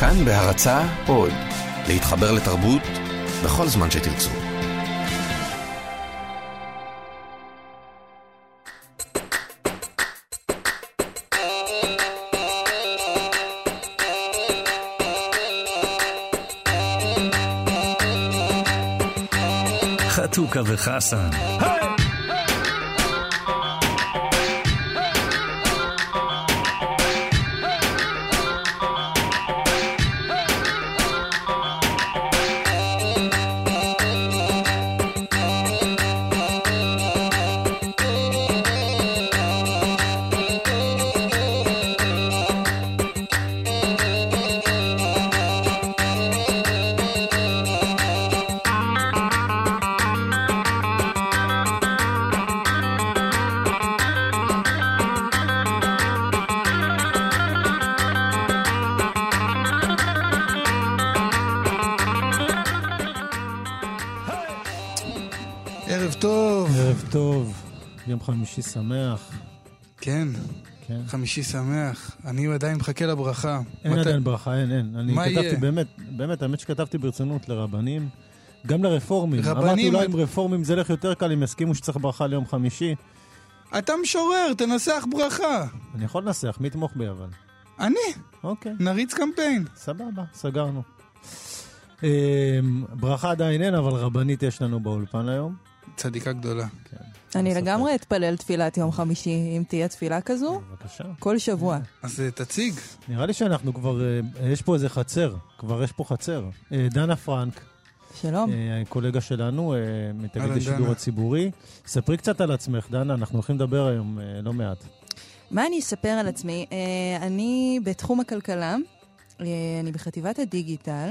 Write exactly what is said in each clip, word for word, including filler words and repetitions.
כאן בהרצאה עוד, להתחבר לתרבות בכל זמן שתרצו. חתוכה וחסן. היי! ערב טוב. ערב טוב. יום חמישי שמח. כן. כן. חמישי שמח. אני עדיין מחכה לברכה. אין מת... עדיין ברכה, אין, אין. אני מה כתבתי יהיה? באמת, באמת, האמת שכתבתי ברצינות לרבנים, גם לרפורמים. רבנים... אמרתי אולי עם רפורמים זה לך יותר קל, אם יסכימו שצריך ברכה ליום חמישי. אתה משורר, תנסח ברכה. אני יכול לנסח, מי תמוך בי אבל? אני. אוקיי. נריץ קמפיין. סבבה, סגרנו. ברכה עדיין אין, אבל רבנית יש לנו באולפן היום. צדיקה גדולה. כן. אני לגמרי אתפלל תפילת יום חמישי, אם תהיה תפילה כזו, בבקשה. כל שבוע. אז תציג. נראה לי שאנחנו כבר, יש פה איזה חצר, כבר יש פה חצר. דנה פרנק, שלום. קולגה שלנו, מתאגיד אהלן, השידור דנה. הציבורי. ספרי קצת על עצמך, דנה, אנחנו הולכים לדבר היום לא מעט. מה אני אספר על עצמי? אני בתחום הכלכלה, אני בחטיבת הדיגיטל,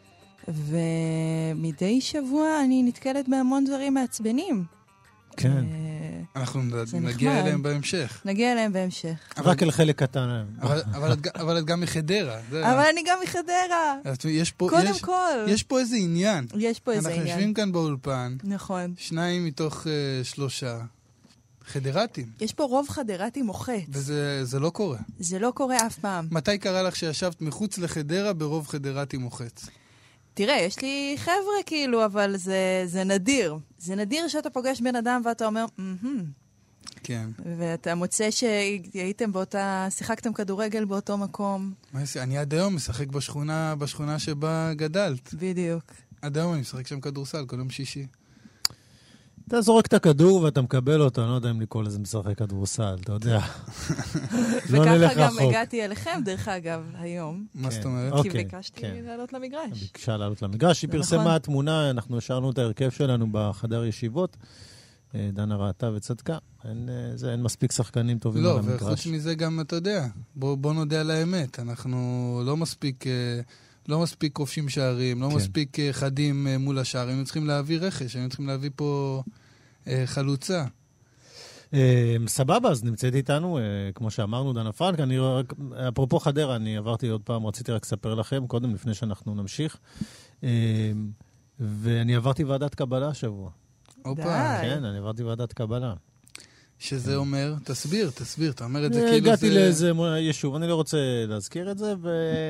ומדי שבוע אני נתקלת בהמון דברים מעצבנים. כן. אנחנו זה נגיע נחמד. אליהם בהמשך. נגיע אליהם בהמשך. רק אל חלק קטן. אבל, אבל, את, אבל את גם מחדרה. זה... אבל אני גם מחדרה. אז יש פה, קודם יש, כל. יש פה איזה עניין. יש פה איזה אנחנו עניין. יושבים כאן באולפן, נכון. שניים מתוך uh, שלושה חדרתים. יש פה רוב חדרתי מוחץ. וזה זה לא קורה. זה לא קורה אף פעם. מתי קרה לך שישבת מחוץ לחדרה ברוב חדרתי מוחץ? תראה, יש לי חבר'ה כאילו, אבל זה, זה נדיר. זה נדיר שאתה פוגש בן אדם ואתה אומר, מהמם. כן. ואתה מוצא שהייתם באותה, שיחקתם כדורגל באותו מקום. מה זה? אני עד היום משחק בשכונה, בשכונה שבה גדלת. בדיוק. עד היום אני משחק שם כדורסל, כל יום שישי. אתה זורק את הכדור ואתה מקבל אותו, אני לא יודע אם לקרוא לזה משחק כדורסל, אתה יודע. לא נלך וככה גם רחוק. הגעתי אליכם, דרך אגב, היום. מה כן. זאת אומרת? אוקיי, כי ביקשתי כן. לעלות למגרש. ביקשה לעלות למגרש, היא זה פרסמה נכון. תמונה, אנחנו השארנו את ההרכב שלנו בחדר ישיבות, אה, דנה ראתה וצדקה, אין, אה, זה, אין מספיק שחקנים טובים לא, על המגרש. וחוץ מזה גם, אתה יודע, בוא, בוא נודה על האמת, אנחנו לא מספיק, אה, לא מספיק כובשים שערים, לא כן. מספיק אה, חדים אה, מול השער, היינו צריכים להביא רכש, היינו צריכים להביא פה אה, חלוצה. אה, סבבה, אז נמצאת איתנו, אה, כמו שאמרנו, דנה פרנק, אני רק, אפרופו חדרה, אני עברתי עוד פעם, רציתי רק לספר לכם, קודם, לפני שאנחנו נמשיך, אה, ואני עברתי ועדת קבלה השבוע. אופה, די. כן, אני עברתי ועדת קבלה. שזה אומר, תסביר, תסביר, אתה אומר את זה כאילו הגעתי זה... לאיזה יישוב, אני לא רוצה להזכיר את זה, ו...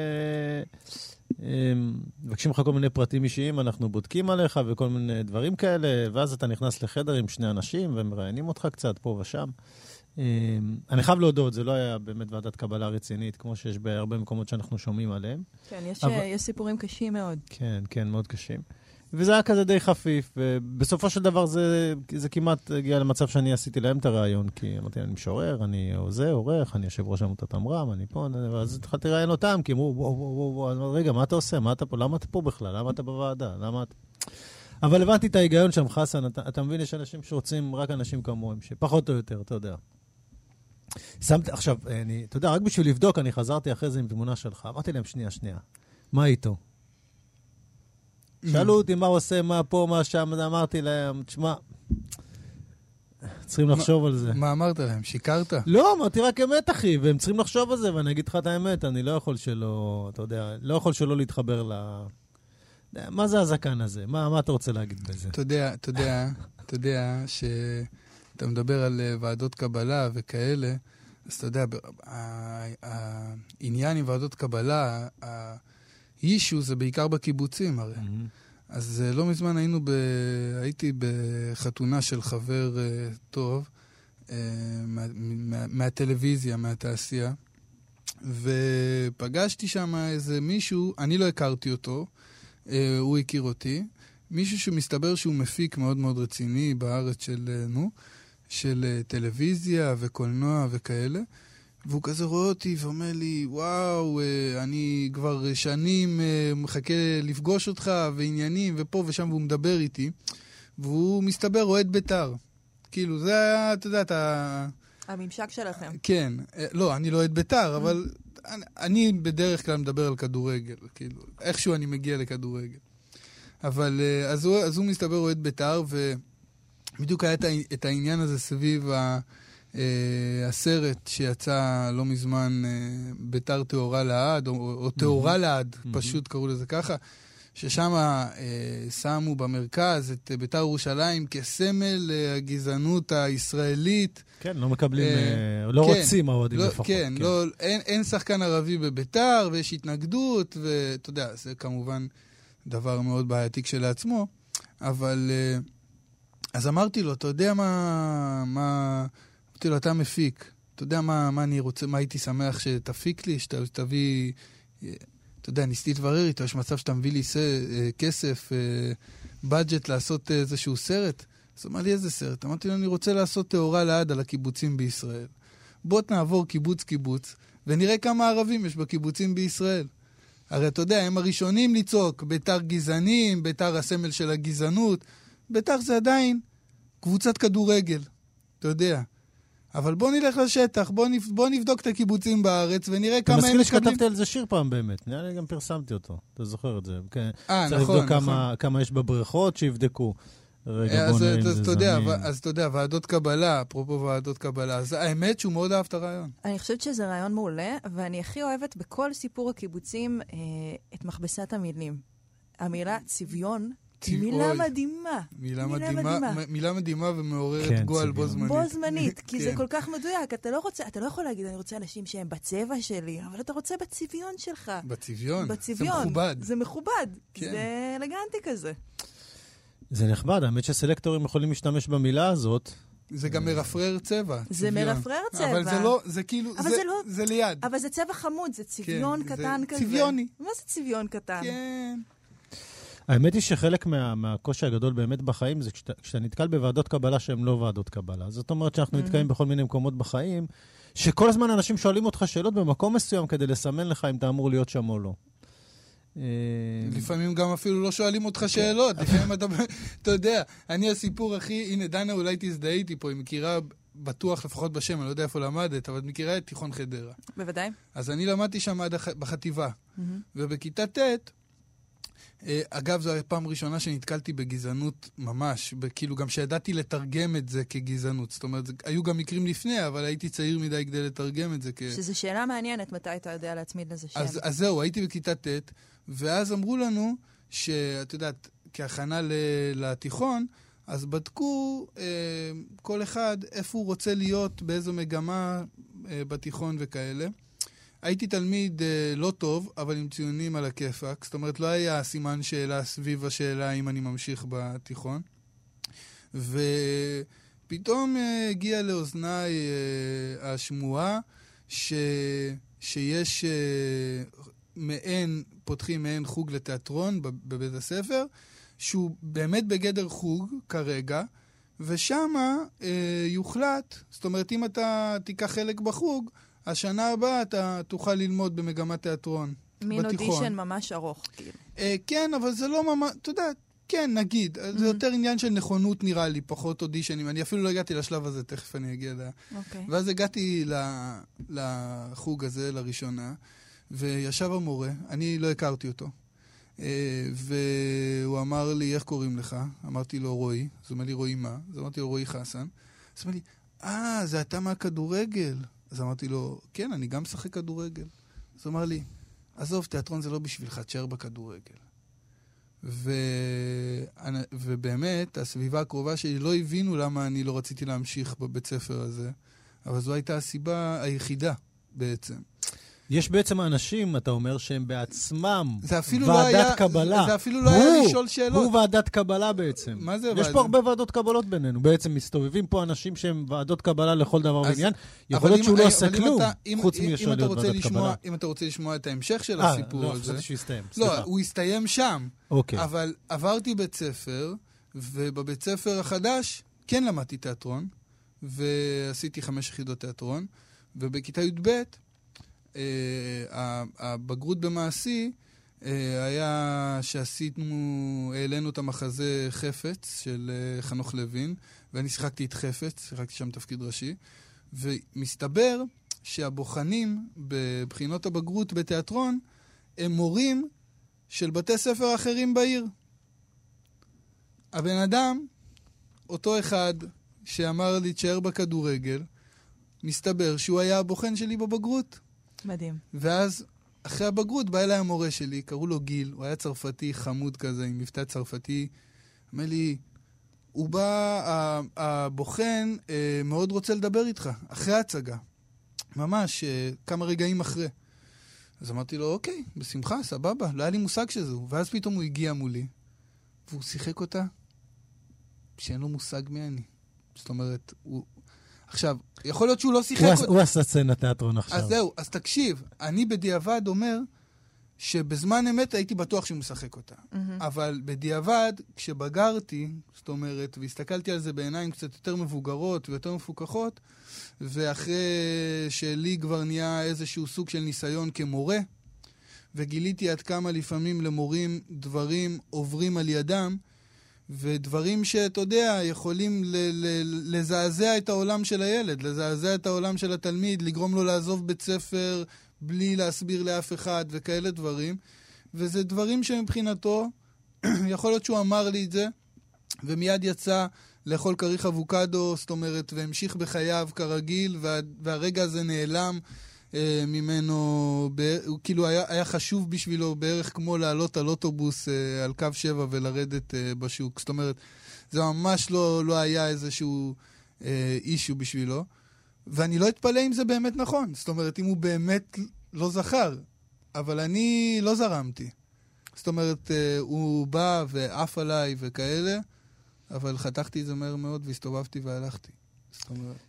מבקשים לך כל מיני פרטים אישיים, אנחנו בודקים עליך וכל מיני דברים כאלה, ואז אתה נכנס לחדר עם שני אנשים ומראיינים אותך קצת פה ושם. אני חייב להודות, זה לא היה באמת ועדת קבלה רצינית, כמו שיש בהרבה מקומות שאנחנו שומעים עליהם. כן, יש, אבל- יש סיפורים קשים מאוד. כן, כן, מאוד קשים. וזה היה כזה די חפיף, ובסופו של דבר זה, זה כמעט הגיע למצב שאני עשיתי להם את הרעיון, כי אמרתי, אני משורר, אני עוזה, עורך, אני יושב ראש עמותת אמרם, אני פה, ואז התחלתי לראיין אותם, כי אמרו, וואו, וואו, וואו, וואו, אני אומר, רגע, מה אתה עושה? מה אתה פה? למה אתה פה בכלל? למה אתה בוועדה? למה אתה... אבל הבנתי את ההיגיון שם, חסן, אתה, אתה מבין, יש אנשים שרוצים רק אנשים כמוהם, שפחות או יותר, אתה יודע. שמתי, עכשיו, אני, אתה יודע, רק בשביל לבדוק, אני חזרתי אחרי זה עם תמונה שלך, אמרתי להם, שנייה, שנייה, מה איתו? שאלו אותי מה עושה, מה פה, מה שם, אמרתי להם, תשמע, צריכים לחשוב על זה. מה אמרת להם? שיקרת? לא, אמרתי רק אמת, אחי, והם צריכים לחשוב על זה, ואני אגיד לך את האמת, אני לא יכול שלא, אתה יודע, לא יכול שלא להתחבר ל... מה זה הזקן הזה? מה, מה אתה רוצה להגיד בזה? אתה יודע, אתה יודע, אתה יודע שאתה מדבר על אה, ועדות קבלה וכאלה, אז אתה יודע, ב- ה- העניין עם ועדות קבלה, ה- אישו זה בעיקר בקיבוצים הרי. אז לא מזמן היינו ב... הייתי בחתונה של חבר טוב, מה, מה, מהטלוויזיה, מהתעשייה, ופגשתי שם איזה מישהו, אני לא הכרתי אותו, הוא הכיר אותי, מישהו שמסתבר שהוא מפיק מאוד מאוד רציני בארץ שלנו, של טלוויזיה וקולנוע וכאלה, והוא כזה רואה אותי ואומר לי, וואו, אני כבר שנים מחכה לפגוש אותך ועניינים ופה ושם, והוא מדבר איתי, והוא מסתבר אוהד בית"ר. כאילו, זה היה, אתה יודע, אתה... הממשק שלכם. כן. לא, אני לא אוהד בית"ר, אבל אני, אני בדרך כלל מדבר על כדורגל, כאילו, איכשהו אני מגיע לכדורגל. אבל אז הוא, אז הוא מסתבר אוהד בית"ר, ובדיוק היה את העניין הזה סביב ה... Uh, הסרט שיצא לא מזמן uh, בית"ר תאורה לעד, או, או תאורה לעד, mm-hmm. פשוט קראו לזה ככה, ששם uh, שמו במרכז את uh, בית"ר ירושלים כסמל uh, הגזענות הישראלית. כן, לא מקבלים, uh, לא כן, רוצים האוהדים לא, לפחות. כן, כן. לא, אין, אין שחקן ערבי בבית"ר, ויש התנגדות, ואתה יודע, זה כמובן דבר מאוד בעייתי כשלעצמו, אבל uh, אז אמרתי לו, אתה יודע מה... מה אמרתי לו, אתה מפיק. אתה יודע מה, מה אני רוצה, מה הייתי שמח שתפיק לי, שתביא, אתה יודע, ניסיתי לברר איתו, יש מצב שאתה מביא לי כסף, בדג'ט לעשות איזשהו סרט. אז אמר לי, איזה סרט? אמרתי לו, אני רוצה לעשות תאורה לעד על הקיבוצים בישראל. בוא נעבור קיבוץ קיבוץ, ונראה כמה ערבים יש בקיבוצים בישראל. הרי אתה יודע, הם הראשונים לצעוק, בית"ר גזענים, בית"ר הסמל של הגזענות. בית"ר זה עדיין קבוצת כדורגל, אתה יודע. אבל בוא נלך לשטח, בוא, נפ... בוא נבדוק את הקיבוצים בארץ, ונראה כמה הם מקבלים... אתה מזכיר שכתבתי על זה שיר פעם באמת, נראה לי גם פרסמתי אותו, אתה זוכר את זה. אה, צריך נכון, לבדוק נכון. כמה, כמה יש בבריכות שיבדקו. רגע, אז, בוא נראה אם אז, זה אתה יודע, זמין. אז אתה יודע, ועדות קבלה, אפרופו ועדות קבלה, אז האמת שהוא מאוד אהב את הרעיון. אני חושבת שזה רעיון מעולה, ואני הכי אוהבת בכל סיפור הקיבוצים אה, את מכבסת המילים. המילה צביון, היא מילה מדהימה. מילה מדהימה, מילה מדהימה ומעוררת גועל בו זמנית. בו זמנית, כי זה כל כך מדויק. אתה לא רוצה, אתה לא יכול להגיד, אני רוצה אנשים שהם בצבע שלי, אבל אתה רוצה בצביון שלך. בצביון? בצביון. זה מכובד. זה מכובד. זה אלגנטי כזה. זה נכבד, האמת שסלקטורים יכולים להשתמש במילה הזאת. זה גם מרפרר צבע. זה מרפרר צבע. אבל זה לא, זה כאילו, זה ליד. אבל זה צבע חמוד, זה צביון קטן כזה. צביוני. מה זה צביון קטן? כן. האמת היא שחלק מה, מהקושי הגדול באמת בחיים זה כשאתה, כשאתה נתקל בוועדות קבלה שהן לא ועדות קבלה. זאת אומרת שאנחנו נתקעים בכל מיני מקומות בחיים, שכל הזמן אנשים שואלים אותך שאלות במקום מסוים כדי לסמן לך אם אתה אמור להיות שם או לא. לפעמים גם אפילו לא שואלים אותך שאלות. לפעמים אתה, אתה יודע, אני הסיפור הכי, הנה דנה אולי תזדהה איתי פה, היא מכירה בטוח לפחות בשם, אני לא יודע איפה למדת, אבל את מכירה את תיכון חדרה. בוודאי. אז אני למדתי שם עד בחטיבה. ובכיתה ט' אגב, זו הפעם ראשונה שנתקלתי בגזענות ממש, כאילו גם שידעתי לתרגם את זה כגזענות. זאת אומרת, היו גם מקרים לפני, אבל הייתי צעיר מדי כדי לתרגם את זה כ... שזו שאלה מעניינת, מתי אתה יודע להצמיד לזה שם. אז, אז זהו, הייתי בכיתה ט', ואז אמרו לנו, שאת יודעת, כהכנה ל- לתיכון, אז בדקו אה, כל אחד איפה הוא רוצה להיות, באיזו מגמה אה, בתיכון וכאלה. הייתי תלמיד אה, לא טוב, אבל עם ציונים על הכיפק. זאת אומרת, לא היה סימן שאלה סביב השאלה אם אני ממשיך בתיכון. ופתאום אה, הגיעה לאוזניי אה, השמועה ש... שיש אה, מעין, פותחים מעין חוג לתיאטרון בבית הספר, שהוא באמת בגדר חוג כרגע, ושמה אה, יוחלט, זאת אומרת, אם אתה תיקח חלק בחוג, השנה הבאה אתה תוכל ללמוד במגמת תיאטרון מין בתיכון. אודישן ממש ארוך, כאילו. אה, כן, אבל זה לא ממש, אתה יודע, כן, נגיד, mm-hmm. זה יותר עניין של נכונות נראה לי, פחות אודישנים. אני אפילו לא הגעתי לשלב הזה, תכף אני אגיע ל... Okay. ואז הגעתי לחוג הזה לראשונה, וישב המורה, אני לא הכרתי אותו. והוא אמר לי, איך קוראים לך? אמרתי לו, רועי. אז הוא אמר לי, רועי מה? אז אמרתי לו, רועי חסן. אז הוא אמר לי, אה, זה אתה מהכדורגל. אז אמרתי לו, כן, אני גם משחק כדורגל. אז הוא אמר לי, עזוב, תיאטרון זה לא בשבילך, תשאר בכדורגל. ו... ובאמת, הסביבה הקרובה שלי לא הבינו למה אני לא רציתי להמשיך בבית ספר הזה, אבל זו הייתה הסיבה היחידה בעצם. יש בעצם אנשים, אתה אומר, שהם בעצמם ועדת לא היה, קבלה. זה אפילו לא הוא, היה לשאול שאלות. הוא ועדת קבלה בעצם. מה זה יש ועד? פה הרבה ועדות קבלות בינינו. בעצם מסתובבים פה אנשים שהם ועדות קבלה לכל דבר ועניין. יכול להיות שהוא לא עושה כלום, חוץ מישר להיות ועדת קבלה. אם אתה רוצה לשמוע את ההמשך של הסיפור הזה. לא, חשבתי שהוא יסתיים. לא, הוא יסתיים שם. אוקיי. אבל עברתי בית ספר, ובבית ספר החדש כן למדתי תיאטרון, ועשיתי חמש יחידות תיאטרון, ובכיתה י' ב' הבגרות במעשי היה שעשינו, העלינו את המחזה חפץ של חנוך לוין, ואני שיחקתי את חפץ, שיחקתי שם תפקיד ראשי, ומסתבר שהבוחנים בבחינות הבגרות בתיאטרון הם מורים של בתי ספר אחרים בעיר. הבן אדם, אותו אחד שאמר לי תשאר בכדורגל, מסתבר שהוא היה הבוחן שלי בבגרות. מדהים. ואז אחרי הבגרות בא אליי המורה שלי, קראו לו גיל, הוא היה צרפתי חמוד כזה עם מבטא צרפתי. אמר לי, הוא בא, הבוחן מאוד רוצה לדבר איתך, אחרי ההצגה. ממש, כמה רגעים אחרי. אז אמרתי לו, אוקיי, בשמחה, סבבה, לא היה לי מושג שזהו. ואז פתאום הוא הגיע מולי, והוא שיחק אותה, שאין לו מושג מי אני. זאת אומרת, הוא... עכשיו, יכול להיות שהוא לא שיחק אותה. הוא עשה סצנת תיאטרון עכשיו. אז זהו, אז תקשיב, אני בדיעבד אומר שבזמן אמת הייתי בטוח שהוא משחק אותה. אבל בדיעבד, כשבגרתי, זאת אומרת, והסתכלתי על זה בעיניים קצת יותר מבוגרות ויותר מפוקחות, ואחרי שלי כבר נהיה איזשהו סוג של ניסיון כמורה, וגיליתי עד כמה לפעמים למורים דברים עוברים על ידם, ודברים שאתה יודע, יכולים ל- ל- לזעזע את העולם של הילד, לזעזע את העולם של התלמיד, לגרום לו לעזוב בית ספר בלי להסביר לאף אחד וכאלה דברים. וזה דברים שמבחינתו, יכול להיות שהוא אמר לי את זה, ומיד יצא לאכול כריך אבוקדו, זאת אומרת, והמשיך בחייו כרגיל, וה- והרגע הזה נעלם אה, ממנו, ב- הוא כאילו היה, היה חשוב בשבילו בערך כמו לעלות על אוטובוס אה, על קו שבע ולרדת אה, בשוק. זאת אומרת, זה ממש לא, לא היה איזשהו אה, אישו בשבילו, ואני לא אתפלא אם זה באמת נכון. זאת אומרת, אם הוא באמת לא זכר, אבל אני לא זרמתי. זאת אומרת, אה, הוא בא ועף עליי וכאלה, אבל חתכתי את זה מהר מאוד והסתובבתי והלכתי. זאת אומרת...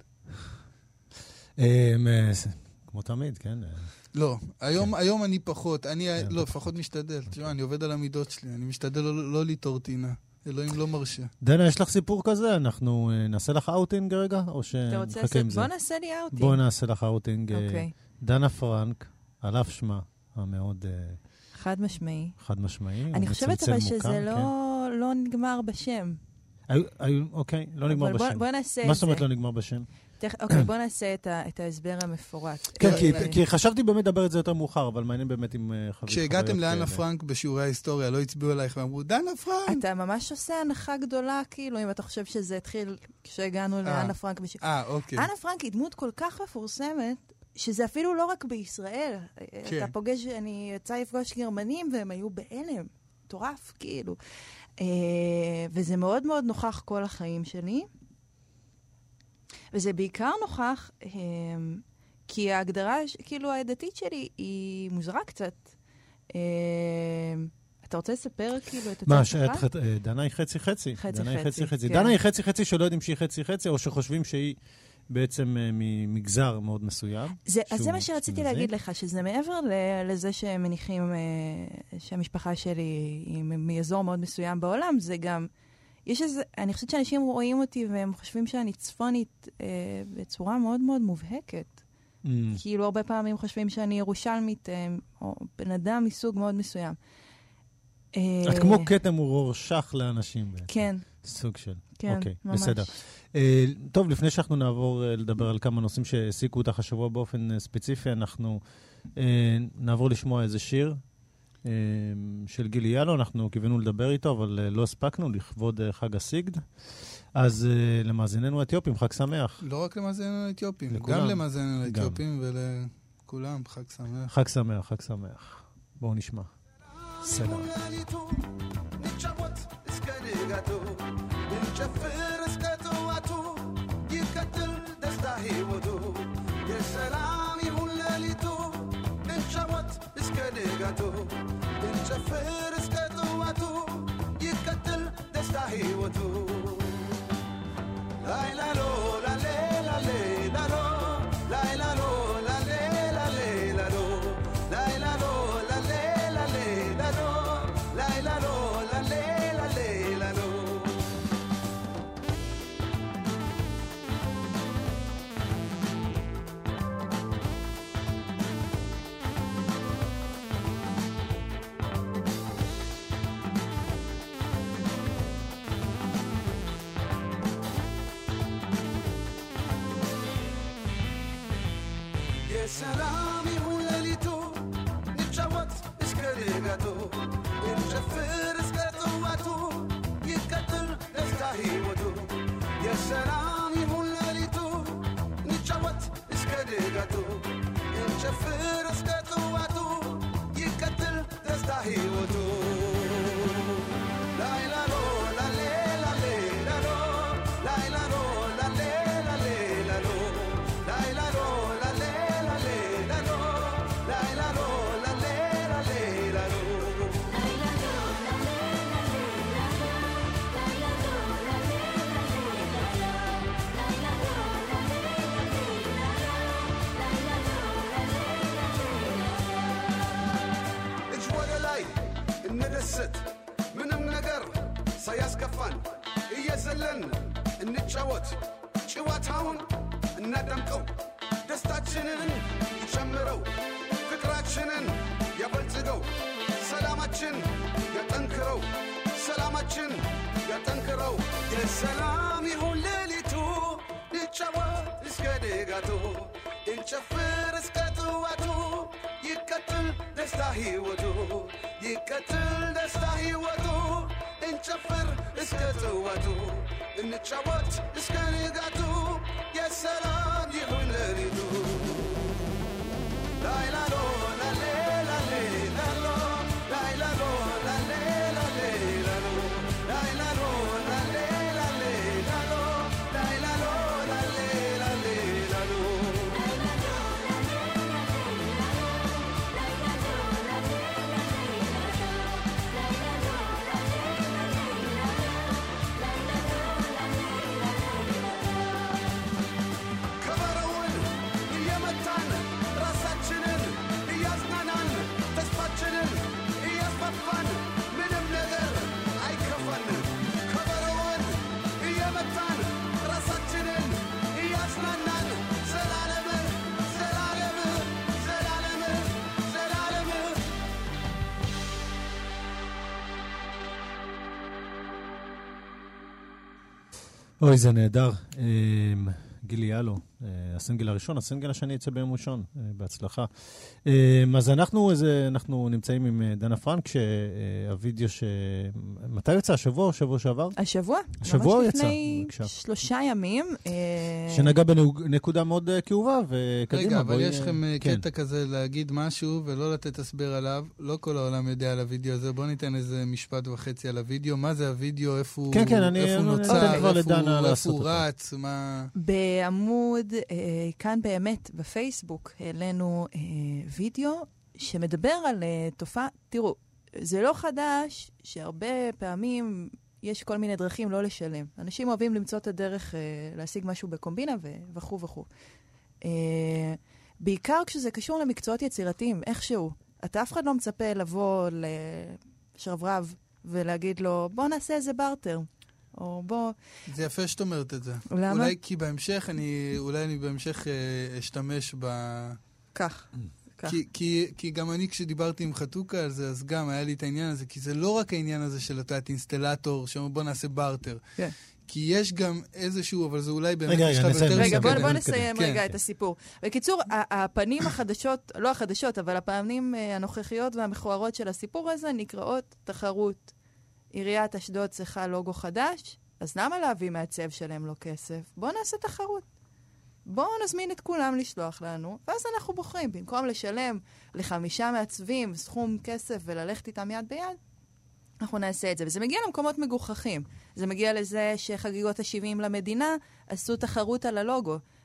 כמו תמיד, כן? לא, היום, היום אני פחות, אני לא, לפחות משתדל. תשמע, אני עובד על המידות שלי, אני משתדל לא, לא ליטור טינה. אלוהים לא מרשה. דנה, יש לך סיפור כזה? אנחנו נעשה לך אאוטינג רגע? או שנחכה עם זה? בוא נעשה לי אאוטינג. בוא נעשה לך אאוטינג. אוקיי. דנה פרנק, על אף שמה, המאוד... חד משמעי. חד משמעי. אני חושבת אבל שזה לא, לא נגמר בשם. אוקיי, לא נגמר בשם. בוא נעשה את זה. מה זאת אומרת לא נגמר בשם? אוקיי, בוא נעשה את ההסבר המפורט. כן, כי חשבתי באמת לדבר את זה יותר מאוחר, אבל מעניין באמת עם חוויות. כשהגעתם לאנה פרנק בשיעורי ההיסטוריה, לא הצביעו עלייך ואמרו, דנה פרנק! אתה ממש עושה הנחה גדולה, כאילו, אם אתה חושב שזה התחיל כשהגענו לאנה פרנק בשיעורי. אה, אוקיי. אנה פרנק היא דמות כל כך מפורסמת, שזה אפילו לא רק בישראל. אתה פוגש, אני יצא לפגוש גרמנים, והם היו בהלם. מטורף, כאילו. וזה מאוד מאוד נוכח כל החיים שלי. וזה בעיקר נוכח, כי ההגדרה, כאילו, העדתית שלי היא מוזרה קצת. אתה רוצה לספר, כאילו, את מה, דנה היא חצי חצי. חצי דנה היא חצי חצי. כן. דנה היא חצי חצי שלא יודעים שהיא חצי חצי, או שחושבים שהיא בעצם ממגזר מאוד מסוים. זה, אז זה מה שרציתי להגיד לך, שזה מעבר לזה שמניחים שהמשפחה שלי היא מאזור מאוד מסוים בעולם, זה גם... יש איזה, אני חושבת שאנשים רואים אותי והם חושבים שאני צפונית אה, בצורה מאוד מאוד מובהקת. Mm. כאילו הרבה פעמים חושבים שאני ירושלמית, אה, או בן אדם מסוג מאוד מסוים. את אה, כמו קטם ורורשך לאנשים בעצם. כן. סוג של. כן, אוקיי, ממש. בסדר. אה, טוב, לפני שאנחנו נעבור אה, לדבר על כמה נושאים שהעסיקו אותך השבוע באופן אה, ספציפי, אנחנו אה, נעבור לשמוע איזה שיר. של גילי ילו, אנחנו כיוונו לדבר איתו, אבל לא הספקנו לכבוד חג הסיגד. אז למאזיננו האתיופים, חג שמח. לא רק למאזיננו האתיופים, גם למאזיננו האתיופים ולכולם, חג שמח. חג שמח, חג שמח. בואו נשמע. סלם. gato እንጨፍር እስከ ጠዋቱ ይቀጥል ደስታ ሕይወቱ ላይላሎ ላሌ ላሌ ላሎ ላይላሎ ላሌ ላሌ ላሎ ላይላሎ ላሌ ላሌ ላሎ ላይላሎ ላሌ ላሌ ላሎ ሰላም ይሁን ሌሊቱ ንጫወት እስከ ንጋቱ እንጨፍር እስከ ጠዋቱ ይቀጥል ደስታ ሕይወቱ የሰላም ይሁን ሌሊቱ ንጫወት እስከ ንጋቱ እንጨፍር እስከ ጠዋቱ ይቀጥል ደስታ ሕይወቱ ላይላሎ ላሌ ላሌ ላሎ ላይላሎ ላሌ ላሌ ላሎ ላይላሎ እንደሰት ምንም ነገር ሳያስከፋን እየዘለን እንጫወት ጭዋታውን እናደምቀው ደስታችንን ይጨምረው ፍቅራችንን ያበልጽገው ሰላማችን ያጠንክረው ሰላማችን ያጠንክረው የሰላም ይሁን ሌሊቱ ንጫወት እስከ ንጋቱ እንጨፍር እስከ ጠዋቱ ይቀጥል ደስታ ሕይወቱ ይቀጥል ደስታ ሕይወቱ እንጨፍር እስከ ጠዋቱ እንጫወት እስከ ንጋቱ የሰላም ይሁን ሌሊቱ ላይላሎ ላሌ ላሌ ላሎ ላይላሎ ላሌ ላሌ ላሎ ላይላሎ ላሌ ላሌ ላሎ ላይላሎ ላሌ ላሌ ላሎ אוי, זה נהדר. גילי יאלו, הסינגל הראשון, הסינגל השני יצא ביום ראשון, בהצלחה. אז אנחנו, אנחנו נמצאים עם דנה פרנק, שהווידאו ש... מתי יצא? השבוע או שבוע שעבר? השבוע. השבוע ממש יצא. לפני שלושה ימים. שנגע בנקודה מאוד כאובה, וקדימה. רגע, אבל יש לכם קטע כזה להגיד משהו, ולא לתת הסבר עליו. לא כל העולם יודע על הווידאו הזה. בוא ניתן איזה משפט וחצי על הווידאו. מה זה הווידאו? איפה הוא נוצר? איפה הוא רץ? מה... בעמוד, אה, כאן באמת בפייסבוק, העלינו אה, וידאו שמדבר על אה, תופעה, תראו, זה לא חדש שהרבה פעמים יש כל מיני דרכים לא לשלם. אנשים אוהבים למצוא את הדרך אה, להשיג משהו בקומבינה וכו' וכו'. אה, בעיקר כשזה קשור למקצועות יצירתיים, איכשהו. אתה אף אחד לא מצפה לבוא לשרברב ולהגיד לו, בוא נעשה איזה בארטר. או בוא... זה יפה שאת אומרת את זה. למה? אולי כי בהמשך, אני, אולי אני בהמשך אה, אשתמש ב... כך. כי, כי, כי גם אני כשדיברתי עם חתוקה על זה, אז גם היה לי את העניין הזה, כי זה לא רק העניין הזה של אותה אינסטלטור, שאומר בוא נעשה בארטר. כן. כי יש גם איזשהו, אבל זה אולי באמת... רגע, רגע, נסיים. רגע, בוא, בוא נסיים רגע כן. את הסיפור. בקיצור, הפנים החדשות, לא החדשות, אבל הפנים הנוכחיות והמכוערות של הסיפור הזה נקראות תחרות. עיריית אשדוד צריכה לוגו חדש, אז למה להביא מעצב שלהם לו כסף? בואו נעשה תחרות. בואו נזמין את כולם לשלוח לנו, ואז אנחנו בוחרים. במקום לשלם לחמישה מעצבים סכום כסף וללכת איתם יד ביד, אנחנו נעשה את זה. וזה מגיע למקומות מגוחכים. זה מגיע לזה שחגיגות ה-שבעים למדינה עשו תחרות על הלוגו.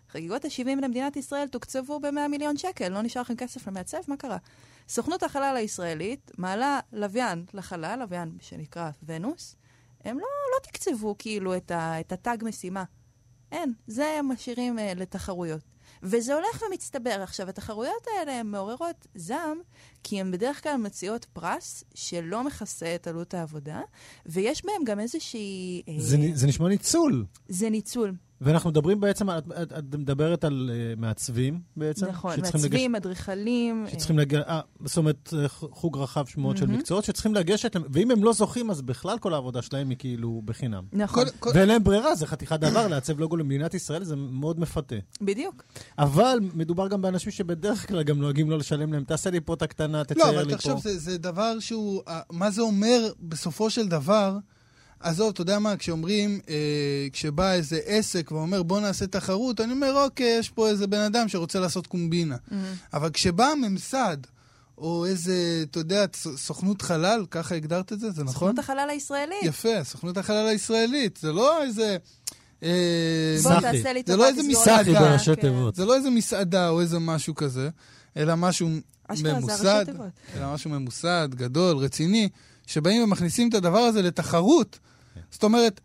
חגיגות ה-שבעים למדינת ישראל תוקצבו ב-מאה מיליון שקל, לא נשאר לכם כסף למעצב, מה קרה? סוכנות החלל הישראלית מעלה לוויין לחלל, לוויין שנקרא ונוס, הם לא, לא תקצבו כאילו את, ה, את הטאג משימה. אין, זה הם משאירים uh, לתחרויות. וזה הולך ומצטבר. עכשיו, התחרויות האלה הן מעוררות זעם, כי הן בדרך כלל מציעות פרס שלא מכסה את עלות העבודה, ויש בהם גם איזושהי... זה, אה, זה נשמע ניצול. זה ניצול. ואנחנו מדברים בעצם, את, את, את מדברת על uh, מעצבים בעצם. נכון, מעצבים, אדריכלים. שצריכים uh... להגיע, אה, זאת אומרת, חוג רחב שמות mm-hmm. של מקצועות, שצריכים לגשת, ואם הם לא זוכים, אז בכלל כל העבודה שלהם היא כאילו בחינם. נכון. כל, ואין להם ברירה, זה חתיכת דבר, לעצב לוגו למדינת ישראל, זה מאוד מפתה. בדיוק. אבל מדובר גם באנשים שבדרך כלל גם נוהגים לא לשלם להם, תעשה לי פה את הקטנה, תצייר לי פה. לא, אבל תחשוב, זה, זה דבר שהוא, מה זה אומר בסופו של דבר, עזוב, אתה יודע מה, כשאומרים, אה, כשבא איזה עסק ואומר, בוא נעשה תחרות, אני אומר, אוקיי, יש פה איזה בן אדם שרוצה לעשות קומבינה. Mm-hmm. אבל כשבא ממסד, או איזה, אתה יודע, סוכנות חלל, ככה הגדרת את זה, זה נכון? סוכנות החלל הישראלית. יפה, סוכנות החלל הישראלית. זה לא איזה... אה, בוא תעשה לי זה לא איזה מסעדה. זה לא איזה מסעדה או איזה משהו כזה, אלא משהו ממוסד, אלא משהו ממוסד, גדול, רציני, שבאים ומכניסים את הדבר הזה לתחרות. זאת אומרת,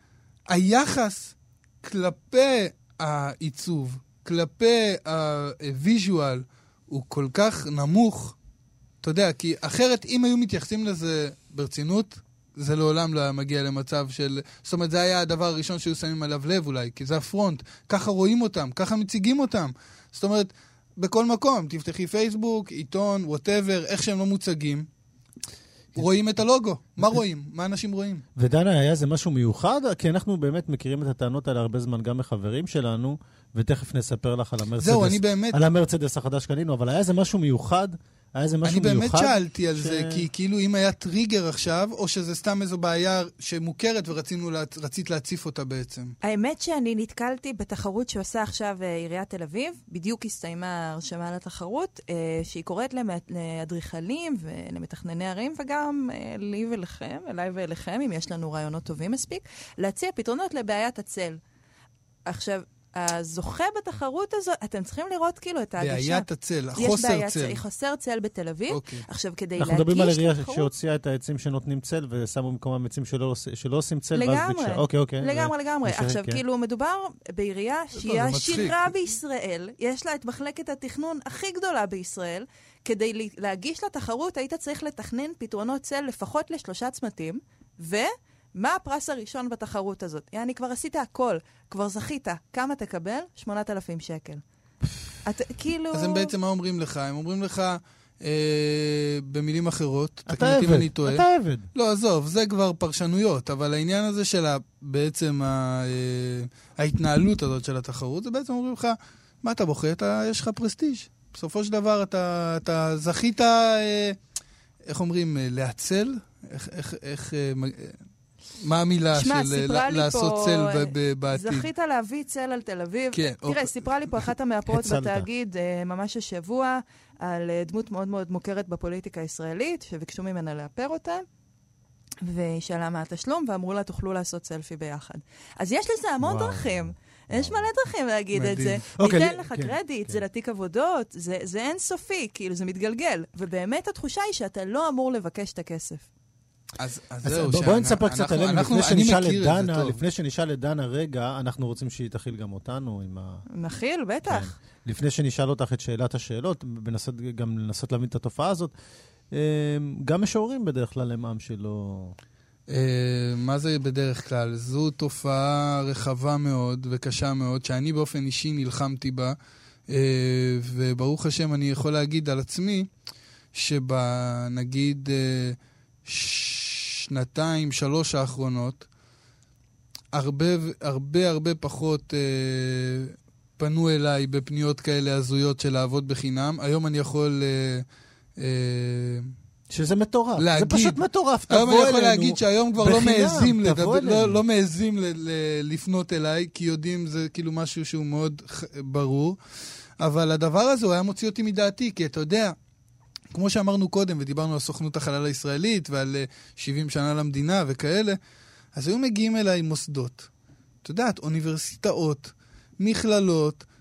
היחס כלפי העיצוב, כלפי הוויז'ואל, הוא כל כך נמוך, אתה יודע, כי אחרת אם היו מתייחסים לזה ברצינות, זה לעולם לא מגיע למצב של... זאת אומרת, זה היה הדבר הראשון שהיו שמים עליו לב אולי, כי זה הפרונט, ככה רואים אותם, ככה מציגים אותם. זאת אומרת, בכל מקום, תפתחי פייסבוק, עיתון, whatever, איך שהם לא מוצגים, רואים את הלוגו. מה רואים? מה אנשים רואים? ודנה, היה זה משהו מיוחד? כי אנחנו באמת מכירים את הטענות האלה הרבה זמן גם מחברים שלנו, ותכף נספר לך על המרצדס. זהו, אני באמת... על המרצדס החדש קנינו, אבל היה זה משהו מיוחד? היה זה משהו אני מיוחד? באמת שאלתי על ש... זה, כי כאילו אם היה טריגר עכשיו, או שזה סתם איזו בעיה שמוכרת ורצינו לה... רצית להציף אותה בעצם. האמת שאני נתקלתי בתחרות שעושה עכשיו עיריית תל אביב, בדיוק הסתיימה הרשמה לתחרות, שהיא קוראת לאדריכלים ולמתכנני ערים, וגם לי ולכם, אליי ואליכם, אם יש לנו רעיונות טובים מספיק, להציע פתרונות לבעיית הצל. עכשיו, הזוכה בתחרות הזו, אתם צריכים לראות כאילו את ההגשה. בעיית הצל, החוסר צל. יש חוסר צל בתל אביב. אוקיי. עכשיו, כדי אנחנו מדברים על עירייה שהוציאה את העצים שנותנים צל, ושמו במקומם עצים שלא, שלא עושים צל. לגמרי. אוקיי, אוקיי. לגמרי, לגמרי. משהו, עכשיו, כן. כאילו, מדובר בעירייה שהיא עשירה בישראל, יש לה את מחלקת התכנון הכי גדולה בישראל, כדי להגיש לתחרות, היית צריך לתכנן פתרונות צל לפחות לשלושה צמתים, ו... מה הפרס הראשון בתחרות הזאת? יעני, כבר עשית הכל, כבר זכית. כמה תקבל? שמונת אלפים שקל. את, כאילו... אז הם בעצם מה אומרים לך? הם אומרים לך, אה, במילים אחרות, אתה עבד, אני טועה. אתה עבד. לא, עזוב, זה כבר פרשנויות, אבל העניין הזה של בעצם ה, אה, ההתנהלות הזאת של התחרות, זה בעצם אומרים לך, מה אתה בוחר? אתה, יש לך פרסטיג'. בסופו של דבר אתה, אתה זכית, אה, איך אומרים, להצל? איך... איך, איך אה, מה המילה שמה, של לעשות פה, צל בעתיד? זכית להביא צל על תל אביב. כן, תראה, אוקיי. סיפרה לי פה אחת המאפרות בתאגיד, ממש השבוע, על דמות מאוד מאוד מוכרת בפוליטיקה הישראלית, שביקשו ממנה לאפר אותה, והיא שאלה מה התשלום, ואמרו לה, תוכלו לעשות סלפי ביחד. אז יש לזה המון וואו. דרכים. וואו. יש מלא דרכים להגיד מדהים. את זה. אוקיי, ניתן לי, לך כן, קרדיט, כן. זה לתיק עבודות, זה, זה אינסופי, כאילו זה מתגלגל. ובאמת התחושה היא שאתה לא אמור לבקש את הכסף. אז, אז זהו, בואי נספר קצת עלינו, לפני שנשאל את דנה, לפני שנשאל את דנה רגע, אנחנו רוצים שהיא תכיל גם אותנו עם ה... נכיל, בטח. כן. לפני שנשאל אותך את שאלת השאלות, בנסות, גם לנסות להבין את התופעה הזאת, גם משוררים בדרך כלל הם עם שלא... מה זה בדרך כלל? זו תופעה רחבה מאוד וקשה מאוד, שאני באופן אישי נלחמתי בה, וברוך השם אני יכול להגיד על עצמי, שבנגיד... שנתיים, שלוש האחרונות, הרבה, הרבה, הרבה פחות אה, פנו אליי בפניות כאלה הזויות של לעבוד בחינם. היום אני יכול אה, אה, שזה מטורף. להגיד, זה פשוט מטורף. היום אני יכול אלינו. להגיד שהיום כבר בחינם, לא מעזים, לדבר, לא, לא מעזים ל, ל, לפנות אליי, כי יודעים זה כאילו משהו שהוא מאוד ברור. אבל הדבר הזה הוא היה מוציא אותי מדעתי, כי אתה יודע, כמו שאמרנו קודם, ודיברנו על סוכנות החלל הישראלית, ועל שבעים שנה למדינה וכאלה, אז היו מגיעים אליי מוסדות. אתה יודעת, אוניברסיטאות, מכללות,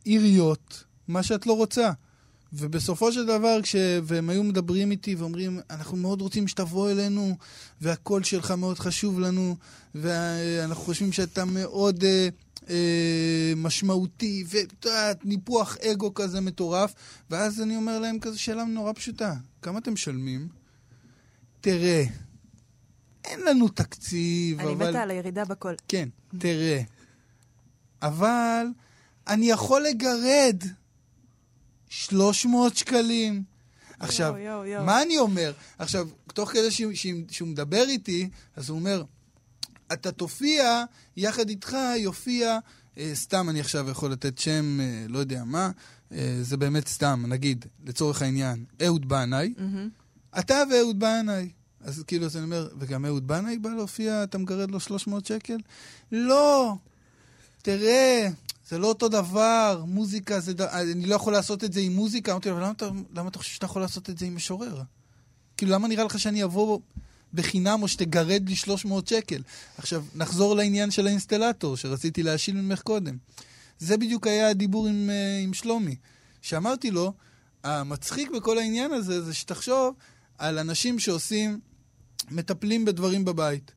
עיריות, מה שאת לא רוצה. ובסופו של דבר, כשהם היו מדברים איתי ואומרים, אנחנו מאוד רוצים שתבוא אלינו, והקול שלך מאוד חשוב לנו, ואנחנו חושבים שאתה מאוד אה, אה, משמעותי, וניפוח אגו כזה מטורף, ואז אני אומר להם כזה שאלה נורא פשוטה, כמה אתם משלמים? תראה, אין לנו תקציב, אני אבל... מתה על הירידה בכל. כן, תראה. אבל אני יכול לגרד שלוש מאות שקלים. עכשיו, יו, יו, יו. מה אני אומר? עכשיו, תוך כדי שהוא, שהוא מדבר איתי, אז הוא אומר, אתה תופיע, יחד איתך יופיע, אה, סתם אני עכשיו יכול לתת שם, אה, לא יודע מה, אה, זה באמת סתם, נגיד, לצורך העניין, אהוד בנאי, mm-hmm. אתה ואהוד בנאי. אז כאילו, אז אני אומר, וגם אהוד בנאי בא להופיע, אתה מגרד לו שלוש מאות שקל? לא! תראה, זה לא אותו דבר, מוזיקה, זה ד... אני לא יכול לעשות את זה עם מוזיקה. אמרתי לו, אבל למה אתה, למה אתה חושב שאתה יכול לעשות את זה עם משורר? כאילו, למה נראה לך שאני אבוא בחינם או שתגרד לי שלוש מאות שקל? עכשיו, נחזור לעניין של האינסטלטור, שרציתי להשיל ממך קודם. זה בדיוק היה הדיבור עם, עם שלומי. שאמרתי לו, המצחיק בכל העניין הזה, זה שתחשוב על אנשים שעושים, מטפלים בדברים בבית.